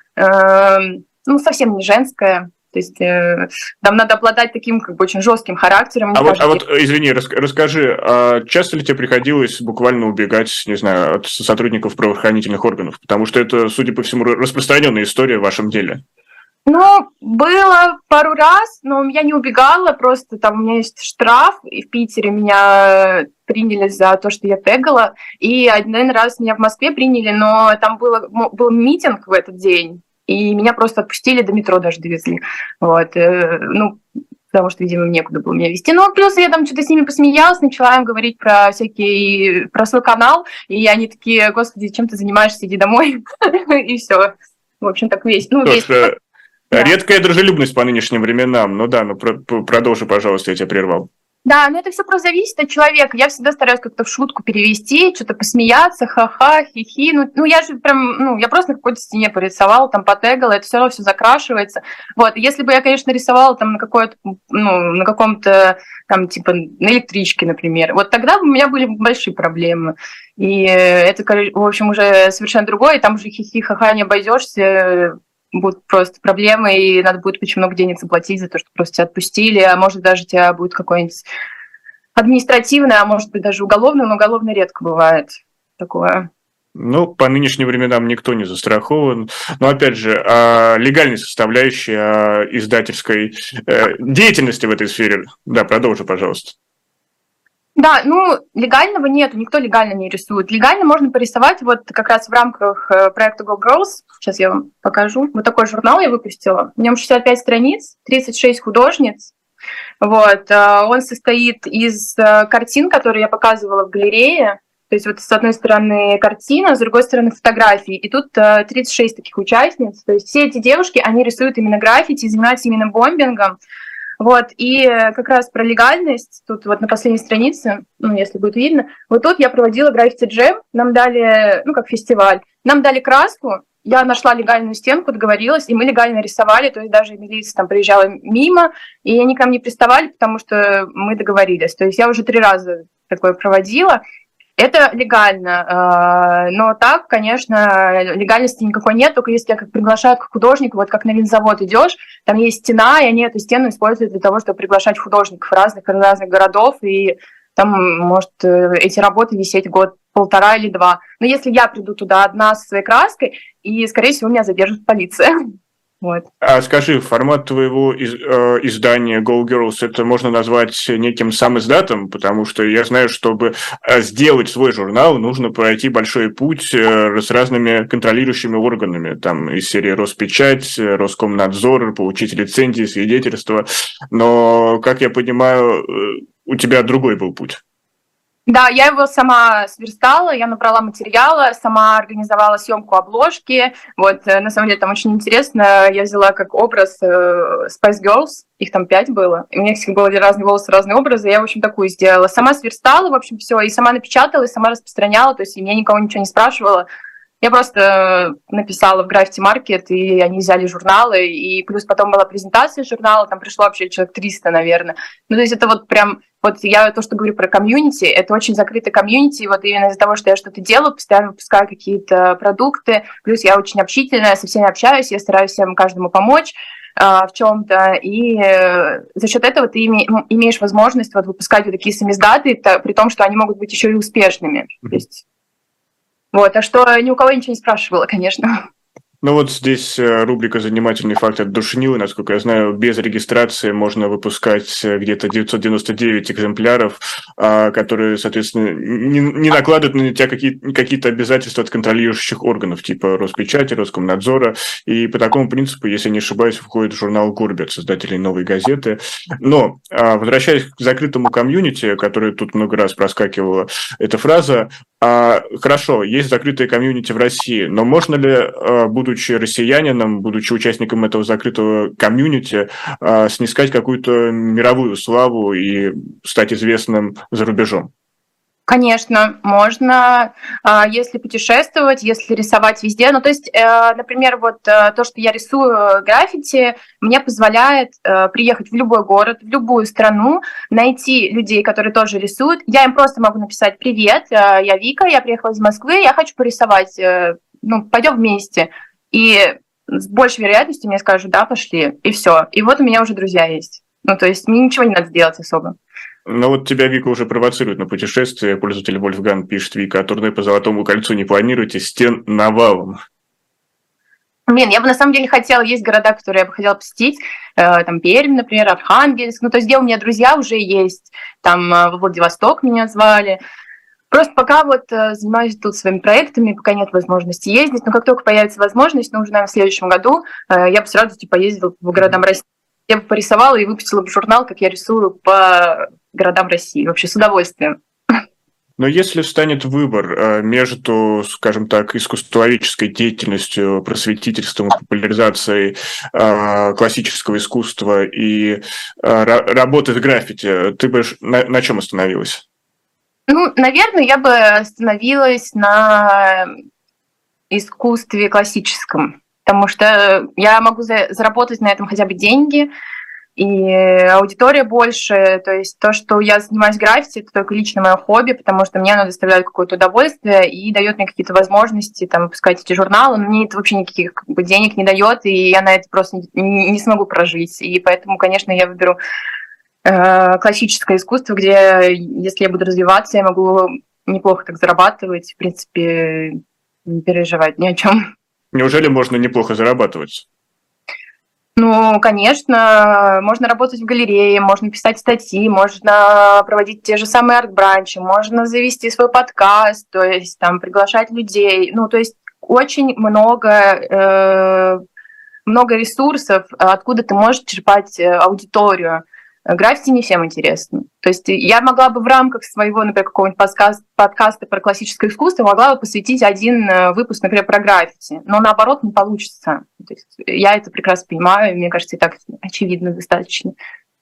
Speaker 2: э, ну, совсем не женское. То есть э, там надо обладать таким как бы очень жестким характером.
Speaker 1: А вот, а вот, извини, расскажи, а часто ли тебе приходилось буквально убегать, не знаю, от сотрудников правоохранительных органов? Потому что это, судя по всему, распространенная история в вашем деле.
Speaker 2: Ну, было пару раз, но я не убегала, просто там у меня есть штраф, и в Питере меня приняли за то, что я тегала, и один раз меня в Москве приняли, но там было, был митинг в этот день, и меня просто отпустили, до метро даже довезли. Вот, ну, потому что, видимо, некуда было меня везти. Ну, плюс я там что-то с ними посмеялась, начала им говорить про всякие, про свой канал, и они такие: господи, чем ты занимаешься, иди домой, и все. В общем, так весело. Ну, весело.
Speaker 1: Да. Редкая дружелюбность по нынешним временам. Ну да, ну про- продолжи, пожалуйста, я тебя прервал.
Speaker 2: Да, но это все просто зависит от человека. Я всегда стараюсь как-то в шутку перевести, что-то посмеяться, ха-ха, хи-хи. Ну, ну я же прям, ну, я просто на какой-то стене порисовала, там потегала, это все равно все закрашивается. Вот, если бы я, конечно, рисовала там на какой-то, ну, на каком-то, там, типа, на электричке, например, вот тогда у меня были большие проблемы. И это, в общем, уже совершенно другое, и там уже хи-хи, ха-ха не обойдешься. Будут просто проблемы, и надо будет очень много денег заплатить за то, что просто тебя отпустили, а может даже тебя будет какое-нибудь административное, а может быть даже уголовное, но уголовное редко бывает такое.
Speaker 1: Ну, по нынешним временам никто не застрахован. Но, опять же, о легальной составляющей, о издательской э, деятельности в этой сфере. Да, продолжи, пожалуйста.
Speaker 2: Да, ну, легального нет, никто легально не рисует. Легально можно порисовать вот как раз в рамках проекта Go Girls. Сейчас я вам покажу. Вот такой журнал я выпустила. В нем шестьдесят пять страниц, тридцать шесть художниц. Вот. Он состоит из картин, которые я показывала в галерее. То есть вот с одной стороны картина, с другой стороны фотографии. И тут тридцать шесть таких участниц. То есть все эти девушки, они рисуют именно граффити, занимаются именно бомбингом. Вот, и как раз про легальность, тут вот на последней странице, ну, если будет видно, вот тут я проводила граффити-джем, нам дали, ну, как фестиваль, нам дали краску, я нашла легальную стенку, договорилась, и мы легально рисовали, то есть даже милиция там приезжала мимо, и они к нам не приставали, потому что мы договорились. То есть я уже три раза такое проводила. Это легально, но так, конечно, легальности никакой нет, только если как приглашают как художника, вот как на винзавод идешь, там есть стена, и они эту стену используют для того, чтобы приглашать художников разных разных городов, и там может эти работы висеть год-полтора или два. Но если я приду туда одна со своей краской, и, скорее всего, меня задержит полиция. Вот.
Speaker 1: А скажи, формат твоего из, э, издания Go Girls, это можно назвать неким самиздатом, потому что я знаю, чтобы сделать свой журнал, нужно пройти большой путь э, с разными контролирующими органами, там из серии Роспечать, Роскомнадзор, получить лицензии, свидетельства, но, как я понимаю, у тебя другой был путь.
Speaker 2: Да, я его сама сверстала, я набрала материала, сама организовала съемку обложки. Вот, на самом деле, там очень интересно. Я взяла как образ э, Spice Girls, их там пять было. И у них всех были разные волосы, разные образы. Я, в общем, такую сделала. Сама сверстала, в общем, все, и сама напечатала, и сама распространяла. То есть я никого ничего не спрашивала. Я просто написала в Граффити Маркет, и они взяли журналы, и плюс потом была презентация журнала, там пришло вообще человек триста, наверное. Ну, то есть это вот прям, вот я то, что говорю про комьюнити, это очень закрытый комьюнити, вот именно из-за того, что я что-то делаю, постоянно выпускаю какие-то продукты, плюс я очень общительная, со всеми общаюсь, я стараюсь всем каждому помочь э, в чем-то, и э, за счет этого ты име, имеешь возможность вот выпускать вот такие самиздаты, то, при том, что они могут быть еще и успешными. То есть вот, а что ни у кого ничего не спрашивала, конечно.
Speaker 1: Ну вот здесь рубрика «Занимательный факт» от Душнилы. Насколько я знаю, без регистрации можно выпускать где-то девятьсот девяносто девять экземпляров, которые, соответственно, не, не накладывают на тебя какие- какие-то обязательства от контролирующих органов, типа Роспечати, Роскомнадзора. И по такому принципу, если не ошибаюсь, входит в журнал «Горбят», создателей «Новой газеты». Но, возвращаясь к закрытому комьюнити, который тут много раз проскакивала эта фраза, а, хорошо, есть закрытые комьюнити в России, но можно ли, а, будучи россиянином, будучи участником этого закрытого комьюнити, а, снискать какую-то мировую славу и стать известным за рубежом?
Speaker 2: Конечно, можно, если путешествовать, если рисовать везде. Ну, то есть, например, вот то, что я рисую граффити, мне позволяет приехать в любой город, в любую страну, найти людей, которые тоже рисуют. Я им просто могу написать: «Привет, я Вика, я приехала из Москвы, я хочу порисовать, ну, пойдем вместе». И с большей вероятностью мне скажут: «Да, пошли», и все. И вот у меня уже друзья есть. Ну, то есть мне ничего не надо делать особо.
Speaker 1: Ну вот тебя Вика уже провоцирует на путешествие. Пользователь Вольфган пишет: Вика, а турне по Золотому кольцу не планируете? Стен навалом.
Speaker 2: Блин, я бы на самом деле хотела, есть города, которые я бы хотела посетить, э, там Пермь, например, Архангельск, ну то есть где у меня друзья уже есть, там э, во Владивосток меня звали. Просто пока вот э, занимаюсь тут своими проектами, пока нет возможности ездить, но как только появится возможность, ну уже, наверное, в следующем году, э, я бы с радостью поездила по городам России. Я бы порисовала и выпустила бы журнал, как я рисую по городам России. Вообще с удовольствием.
Speaker 1: Но если встанет выбор между, скажем так, искусствоведческой деятельностью, просветительством и популяризацией классического искусства и работой в граффити, ты бы на, на чем остановилась?
Speaker 2: Ну, наверное, я бы остановилась на искусстве классическом, потому что я могу заработать на этом хотя бы деньги, и аудитория больше, то есть то, что я занимаюсь граффити, это только лично мое хобби, потому что мне оно доставляет какое-то удовольствие и дает мне какие-то возможности там выпускать эти журналы, но мне это вообще никаких как бы, денег не дает, и я на это просто не, не смогу прожить, и поэтому, конечно, я выберу э, классическое искусство, где, если я буду развиваться, я могу неплохо так зарабатывать, в принципе, не переживать ни о чем.
Speaker 1: Неужели можно неплохо зарабатывать?
Speaker 2: Ну, конечно, можно работать в галерее, можно писать статьи, можно проводить те же самые арт-бранчи, можно завести свой подкаст, то есть там приглашать людей. Ну, то есть очень много, э, много ресурсов, откуда ты можешь черпать аудиторию. Граффити не всем интересно. То есть я могла бы в рамках своего, например, какого-нибудь подкаста, подкаста про классическое искусство могла бы посвятить один выпуск, например, про граффити. Но наоборот не получится. То есть я это прекрасно понимаю, и мне кажется, и так очевидно достаточно.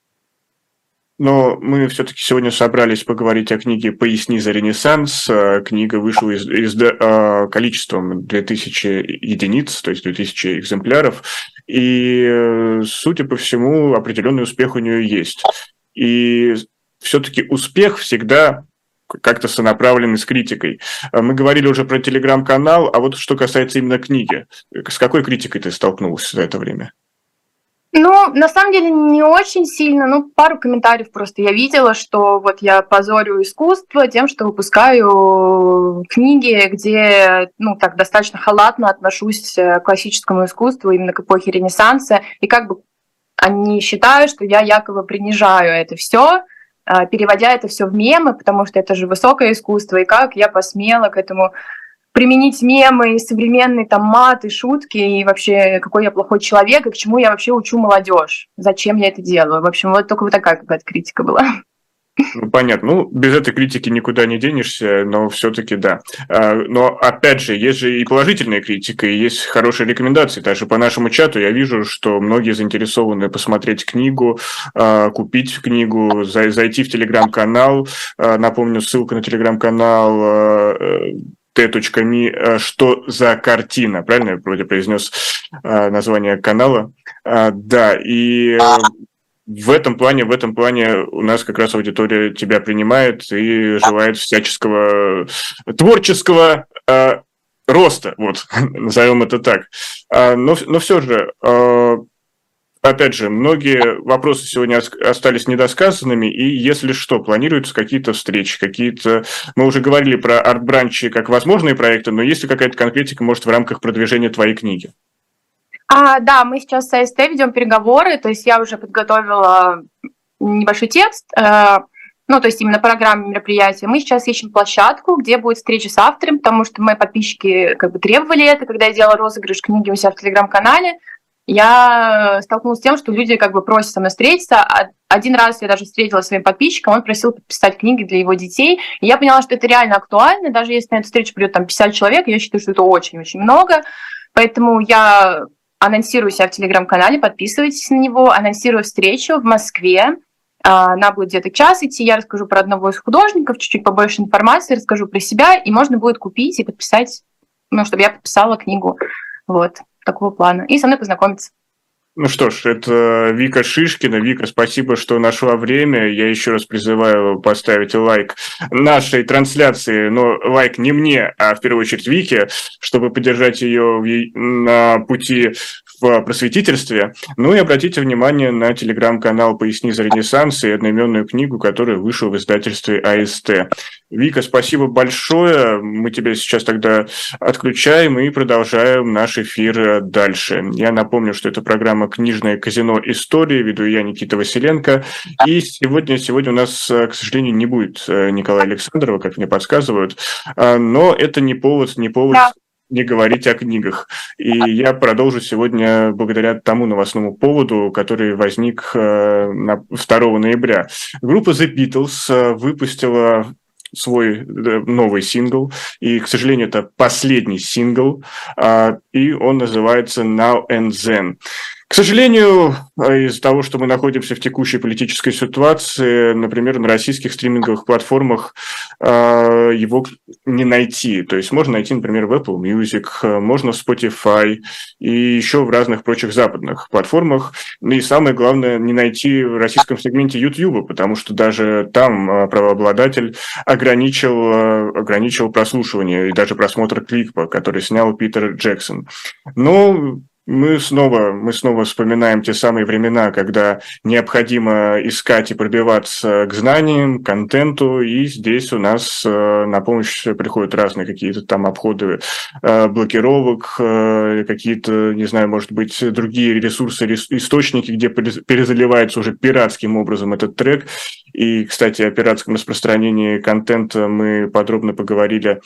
Speaker 1: Но мы все-таки сегодня собрались поговорить о книге «Поясни за Ренессанс». Книга вышла из, из, количеством две тысячи единиц, то есть две тысячи экземпляров. И, судя по всему, определенный успех у нее есть. И все-таки успех всегда как-то сонаправлен с критикой. Мы говорили уже про телеграм-канал, а вот что касается именно книги. С какой критикой ты столкнулась за это время?
Speaker 2: Ну, на самом деле, не очень сильно. Ну, пару комментариев просто я видела, что вот я позорю искусство тем, что выпускаю книги, где, ну, так достаточно халатно отношусь к классическому искусству, именно к эпохе Ренессанса. И как бы они считают, что я якобы принижаю это все, переводя это все в мемы, потому что это же высокое искусство, и как я посмела к этому применить мемы, и современный там мат, и шутки, и вообще какой я плохой человек, и к чему я вообще учу молодежь, зачем я это делаю. В общем, вот только вот такая какая-то критика была.
Speaker 1: Ну, понятно. Ну, без этой критики никуда не денешься, но все-таки да. Но, опять же, есть же и положительная критика, и есть хорошие рекомендации. Даже по нашему чату я вижу, что многие заинтересованы посмотреть книгу, купить книгу, зайти в телеграм-канал. Напомню, ссылка на телеграм-канал t.me, что за картина, правильно я вроде произнес название канала? Да, и в этом плане, в этом плане у нас как раз аудитория тебя принимает и желает всяческого творческого э, роста, вот, назовем это так. Но, но все же, э, опять же, многие вопросы сегодня остались недосказанными, и если что, планируются какие-то встречи, какие-то... Мы уже говорили про арт-бранчи как возможные проекты, но есть ли какая-то конкретика, может, в рамках продвижения твоей книги?
Speaker 2: А, да, мы сейчас с АСТ ведем переговоры, то есть я уже подготовила небольшой текст, э, ну, то есть именно программу мероприятия. Мы сейчас ищем площадку, где будет встреча с автором, потому что мои подписчики как бы требовали это, когда я делала розыгрыш книги у себя в Телеграм-канале. Я столкнулась с тем, что люди как бы просят со мной встретиться. Один раз я даже встретилась со своим подписчиком, он просил подписать книги для его детей. И я поняла, что это реально актуально. Даже если на эту встречу придет там пятьдесят человек, я считаю, что это очень-очень много. Поэтому я анонсирую себя в Телеграм-канале, подписывайтесь на него, анонсирую встречу в Москве Она будет где-то час идти, я расскажу про одного из художников, чуть-чуть побольше информации, расскажу про себя, и можно будет купить и подписать, ну, чтобы я подписала книгу. Вот, такого плана. И со мной познакомиться.
Speaker 1: Ну что ж, это Вика Шишкина. Вика, спасибо, что нашла время. Я еще раз призываю поставить лайк нашей трансляции, но лайк не мне, а в первую очередь Вике, чтобы поддержать ее на пути в просветительстве. Ну и обратите внимание на телеграм-канал «Поясни за Ренессанс» и одноименную книгу, которая вышла в издательстве АСТ. Вика, спасибо большое. Мы тебя сейчас тогда отключаем и продолжаем наш эфир дальше. Я напомню, что это программа «Книжное казино. Истории». Веду я, Никита Василенко. И сегодня, сегодня у нас, к сожалению, не будет Николая Александрова, как мне подсказывают. Но это не повод, не повод... Да. не говорить о книгах. И я продолжу сегодня благодаря тому новостному поводу, который возник второго ноября. Группа The Beatles выпустила свой новый сингл, и, к сожалению, это последний сингл, и он называется «Now and Then». К сожалению, из-за того, что мы находимся в текущей политической ситуации, например, на российских стриминговых платформах его не найти. То есть можно найти, например, в Apple Music, можно в Spotify и еще в разных прочих западных платформах. И самое главное, не найти в российском сегменте YouTube, потому что даже там правообладатель ограничил, ограничил прослушивание и даже просмотр клипа, который снял Питер Джексон. Но Мы снова, мы снова вспоминаем те самые времена, когда необходимо искать и пробиваться к знаниям, к контенту, и здесь у нас на помощь приходят разные какие-то там обходы блокировок, какие-то, не знаю, может быть, другие ресурсы, источники, где перезаливается уже пиратским образом этот трек. И, кстати, о пиратском распространении контента мы подробно поговорили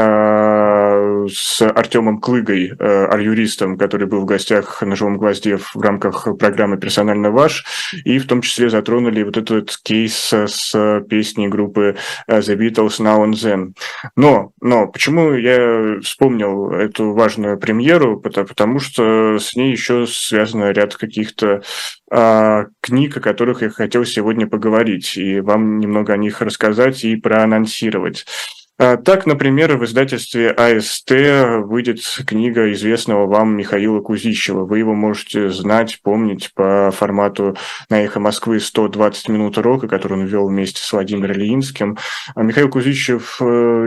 Speaker 1: с Артемом Клыгой, ар-юристом, который был в гостях на «Живом гвозде» в рамках программы «Персонально ваш», и в том числе затронули вот этот кейс с песней группы The Beatles «Now and Then». Но, но почему я вспомнил эту важную премьеру? Потому что с ней еще связан ряд каких-то а, книг, о которых я хотел сегодня поговорить, и вам немного о них рассказать и проанонсировать. Так, например, в издательстве АСТ выйдет книга известного вам Михаила Кузищева. Вы его можете знать, помнить по формату на «Эхо Москвы» сто двадцать минут рока, который он вел вместе с Владимиром Ильинским. А Михаил Кузищев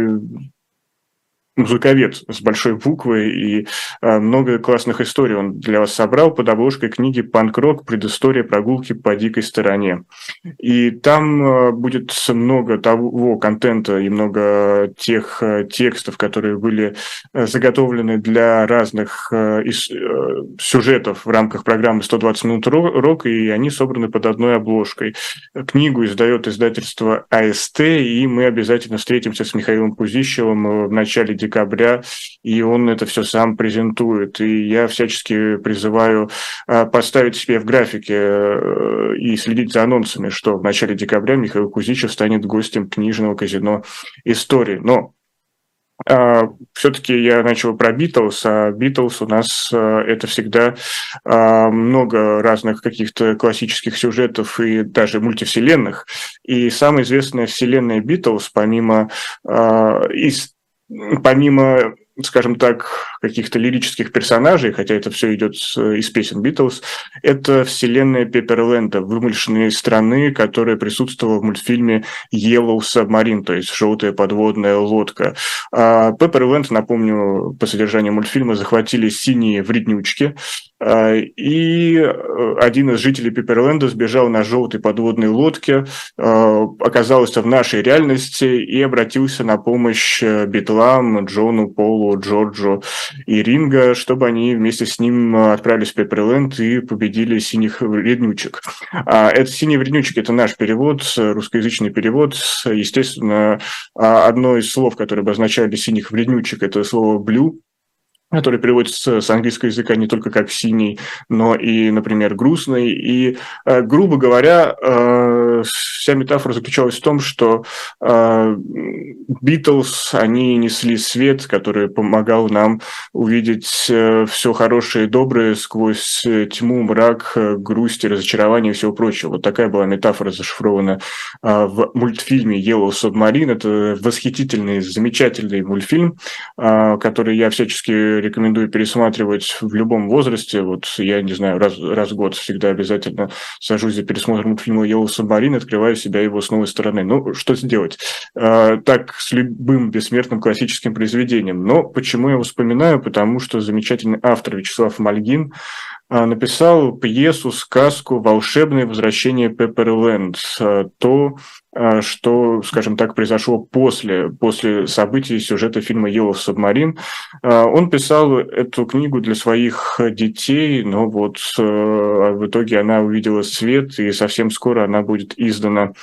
Speaker 1: музыковед с большой буквы, и э, много классных историй он для вас собрал под обложкой книги «Панк-рок. Предыстория прогулки по дикой стороне». И там э, будет много того контента и много тех э, текстов, которые были э, заготовлены для разных э, из, э, сюжетов в рамках программы сто двадцать минут рока, и они собраны под одной обложкой. Книгу издает издательство АСТ, и мы обязательно встретимся с Михаилом Кузищевым в начале декабря, и он это все сам презентует. И я всячески призываю поставить себе в графике и следить за анонсами, что в начале декабря Михаил Кузищев станет гостем книжного казино «Истории». Но все-таки я начал про Битлз, а Битлз у нас это всегда много разных каких-то классических сюжетов и даже мультивселенных. И самая известная вселенная Битлз, помимо из помимо, скажем так, каких-то лирических персонажей, хотя это все идет из песен Битлз, это вселенная Пепперленда, вымышленной страны, которая присутствовала в мультфильме Yellow Submarine, то есть «Желтая подводная лодка». Пепперленд, напомню, по содержанию мультфильма захватили синие вреднючки, и один из жителей Пепперленда сбежал на желтой подводной лодке, оказался в нашей реальности и обратился на помощь Битлам, Джону, Полу, Джорджу и Ринго, чтобы они вместе с ним отправились в Пепперленд и победили синих вреднючек. Это «Синие вреднючки» — это наш перевод, русскоязычный перевод. Естественно, одно из слов, которые обозначали синих вреднючек, это слово «блю». который переводится с английского языка не только как «синий», но и, например, «грустный». И, грубо говоря, вся метафора заключалась в том, что Битлз, они несли свет, который помогал нам увидеть все хорошее и доброе сквозь тьму, мрак, грусть и разочарование и всего прочего. Вот такая была метафора зашифрована в мультфильме «Yellow Submarine». Это восхитительный, замечательный мультфильм, который я всячески рекомендую пересматривать в любом возрасте. Вот я, не знаю, раз, раз в год всегда обязательно сажусь за пересмотр мультфильма «Yellow Submarine», открываю себя его с новой стороны. Ну, что сделать? Так с любым бессмертным классическим произведением. Но почему я его вспоминаю? Потому что замечательный автор Вячеслав Мальгин написал пьесу, сказку «Волшебное возвращение Пепперленд». То, что, скажем так, произошло после, после событий сюжета фильма «Yellow Submarine». Он писал эту книгу для своих детей, но вот в итоге она увидела свет, и совсем скоро она будет издана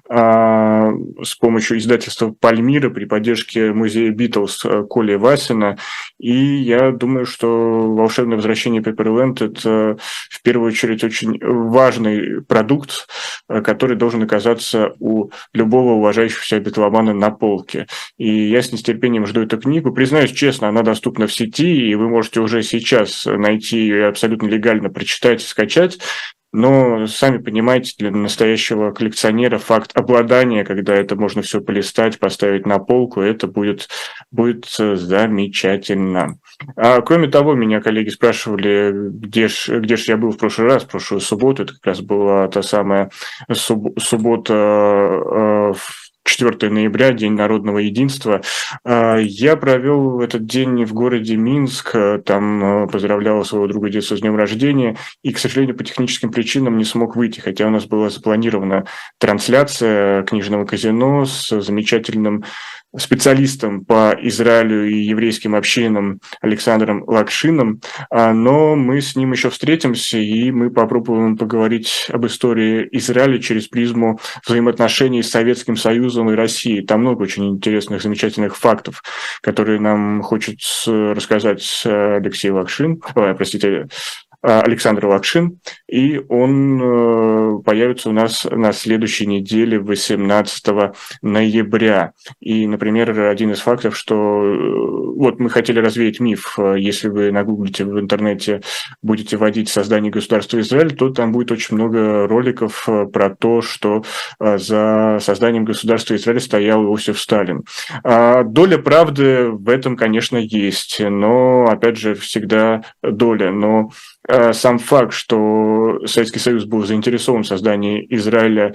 Speaker 1: с помощью издательства «Пальмира» при поддержке музея Битлз Коли Васина. И я думаю, что «Волшебное возвращение Пепперленд» — это в первую очередь очень важный продукт, который должен оказаться у любого уважающего себя битломана на полке. И я с нетерпением жду эту книгу. Признаюсь честно, она доступна в сети, и вы можете уже сейчас найти ее абсолютно легально, прочитать и скачать. Но, сами понимаете, для настоящего коллекционера факт обладания, когда это можно все полистать, поставить на полку, это будет, будет замечательно. А, кроме того, меня коллеги спрашивали, где ж, где ж я был в прошлый раз, в прошлую субботу. Это как раз была та самая суб, суббота э, в четвёртого ноября, День народного единства. Я провел этот день в городе Минск, там поздравлял своего друга детства с днем рождения, и, к сожалению, по техническим причинам не смог выйти, хотя у нас была запланирована трансляция книжного казино с замечательным специалистом по Израилю и еврейским общинам Александром Лакшиным, но мы с ним еще встретимся, и мы попробуем поговорить об истории Израиля через призму взаимоотношений с Советским Союзом и Россией. Там много очень интересных, замечательных фактов, которые нам хочет рассказать Алексей Лакшин, ой, простите, Александр Лакшин, и он появится у нас на следующей неделе, восемнадцатого ноября. И, например, один из фактов, что вот мы хотели развеять миф, если вы нагуглите в интернете, будете вводить создание государства Израиль, то там будет очень много роликов про то, что за созданием государства Израиль стоял Иосиф Сталин. Доля правды в этом, конечно, есть, но, опять же, всегда доля, но сам факт, что Советский Союз был заинтересован в создании Израиля,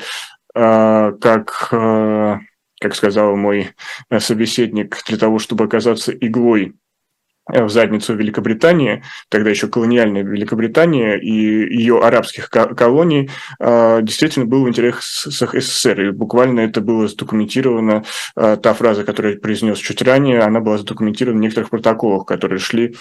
Speaker 1: как, как сказал мой собеседник, для того, чтобы оказаться иглой в задницу Великобритании, тогда еще колониальной Великобритании и ее арабских колоний, действительно был в интересах СССР. И буквально это было задокументировано, та фраза, которую я произнес чуть ранее, она была задокументирована в некоторых протоколах, которые шли,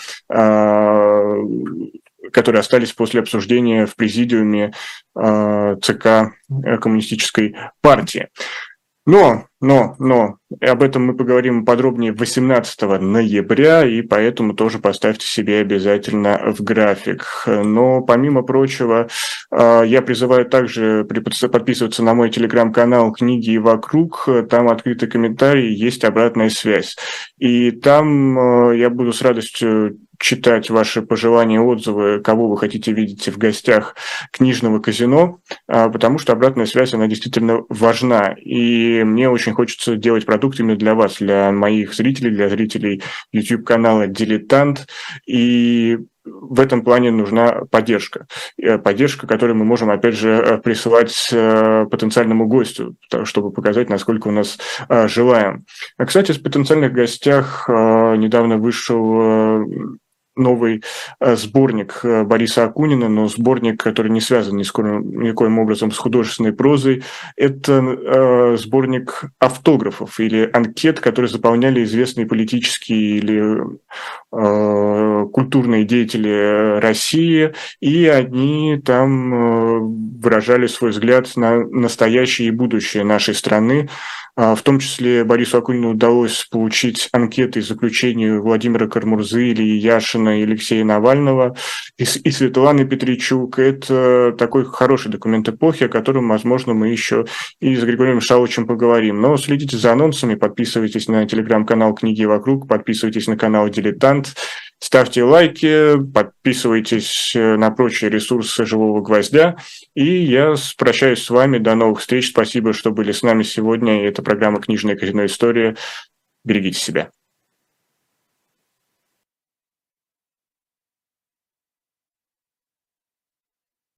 Speaker 1: которые остались после обсуждения в президиуме ЦК Коммунистической партии. Но, но, но, об этом мы поговорим подробнее восемнадцатого ноября, и поэтому тоже поставьте себе обязательно в график. Но, помимо прочего, я призываю также подписываться на мой телеграм-канал «Книги и вокруг», там открытый комментарий, есть обратная связь. И там я буду с радостью читать ваши пожелания, отзывы, кого вы хотите видеть в гостях книжного казино, потому что обратная связь, она действительно важна. И мне очень хочется делать продукт именно для вас, для моих зрителей, для зрителей YouTube-канала «Дилетант». И в этом плане нужна поддержка. Поддержка, которую мы можем, опять же, присылать потенциальному гостю, чтобы показать, насколько у нас желаем. Кстати, в потенциальных гостях недавно вышел новый сборник Бориса Акунина, но сборник, который не связан ни с коим, никоим образом с художественной прозой. Это сборник автографов или анкет, которые заполняли известные политические или культурные деятели России, и они там выражали свой взгляд на настоящее и будущее нашей страны. В том числе Борису Акунину удалось получить анкеты и заключения Владимира Кармурзы, Ильи Яшина и Алексея Навального и, и Светланы Петричук. Это такой хороший документ эпохи, о котором, возможно, мы еще и с Григорием Мишаловичем поговорим. Но следите за анонсами, подписывайтесь на телеграм-канал «Книги вокруг», подписывайтесь на канал «Дилетант», ставьте лайки, подписывайтесь на прочие ресурсы «Живого гвоздя». И я прощаюсь с вами. До новых встреч. Спасибо, что были с нами сегодня. Это программа «Книжная казино. История». Берегите себя.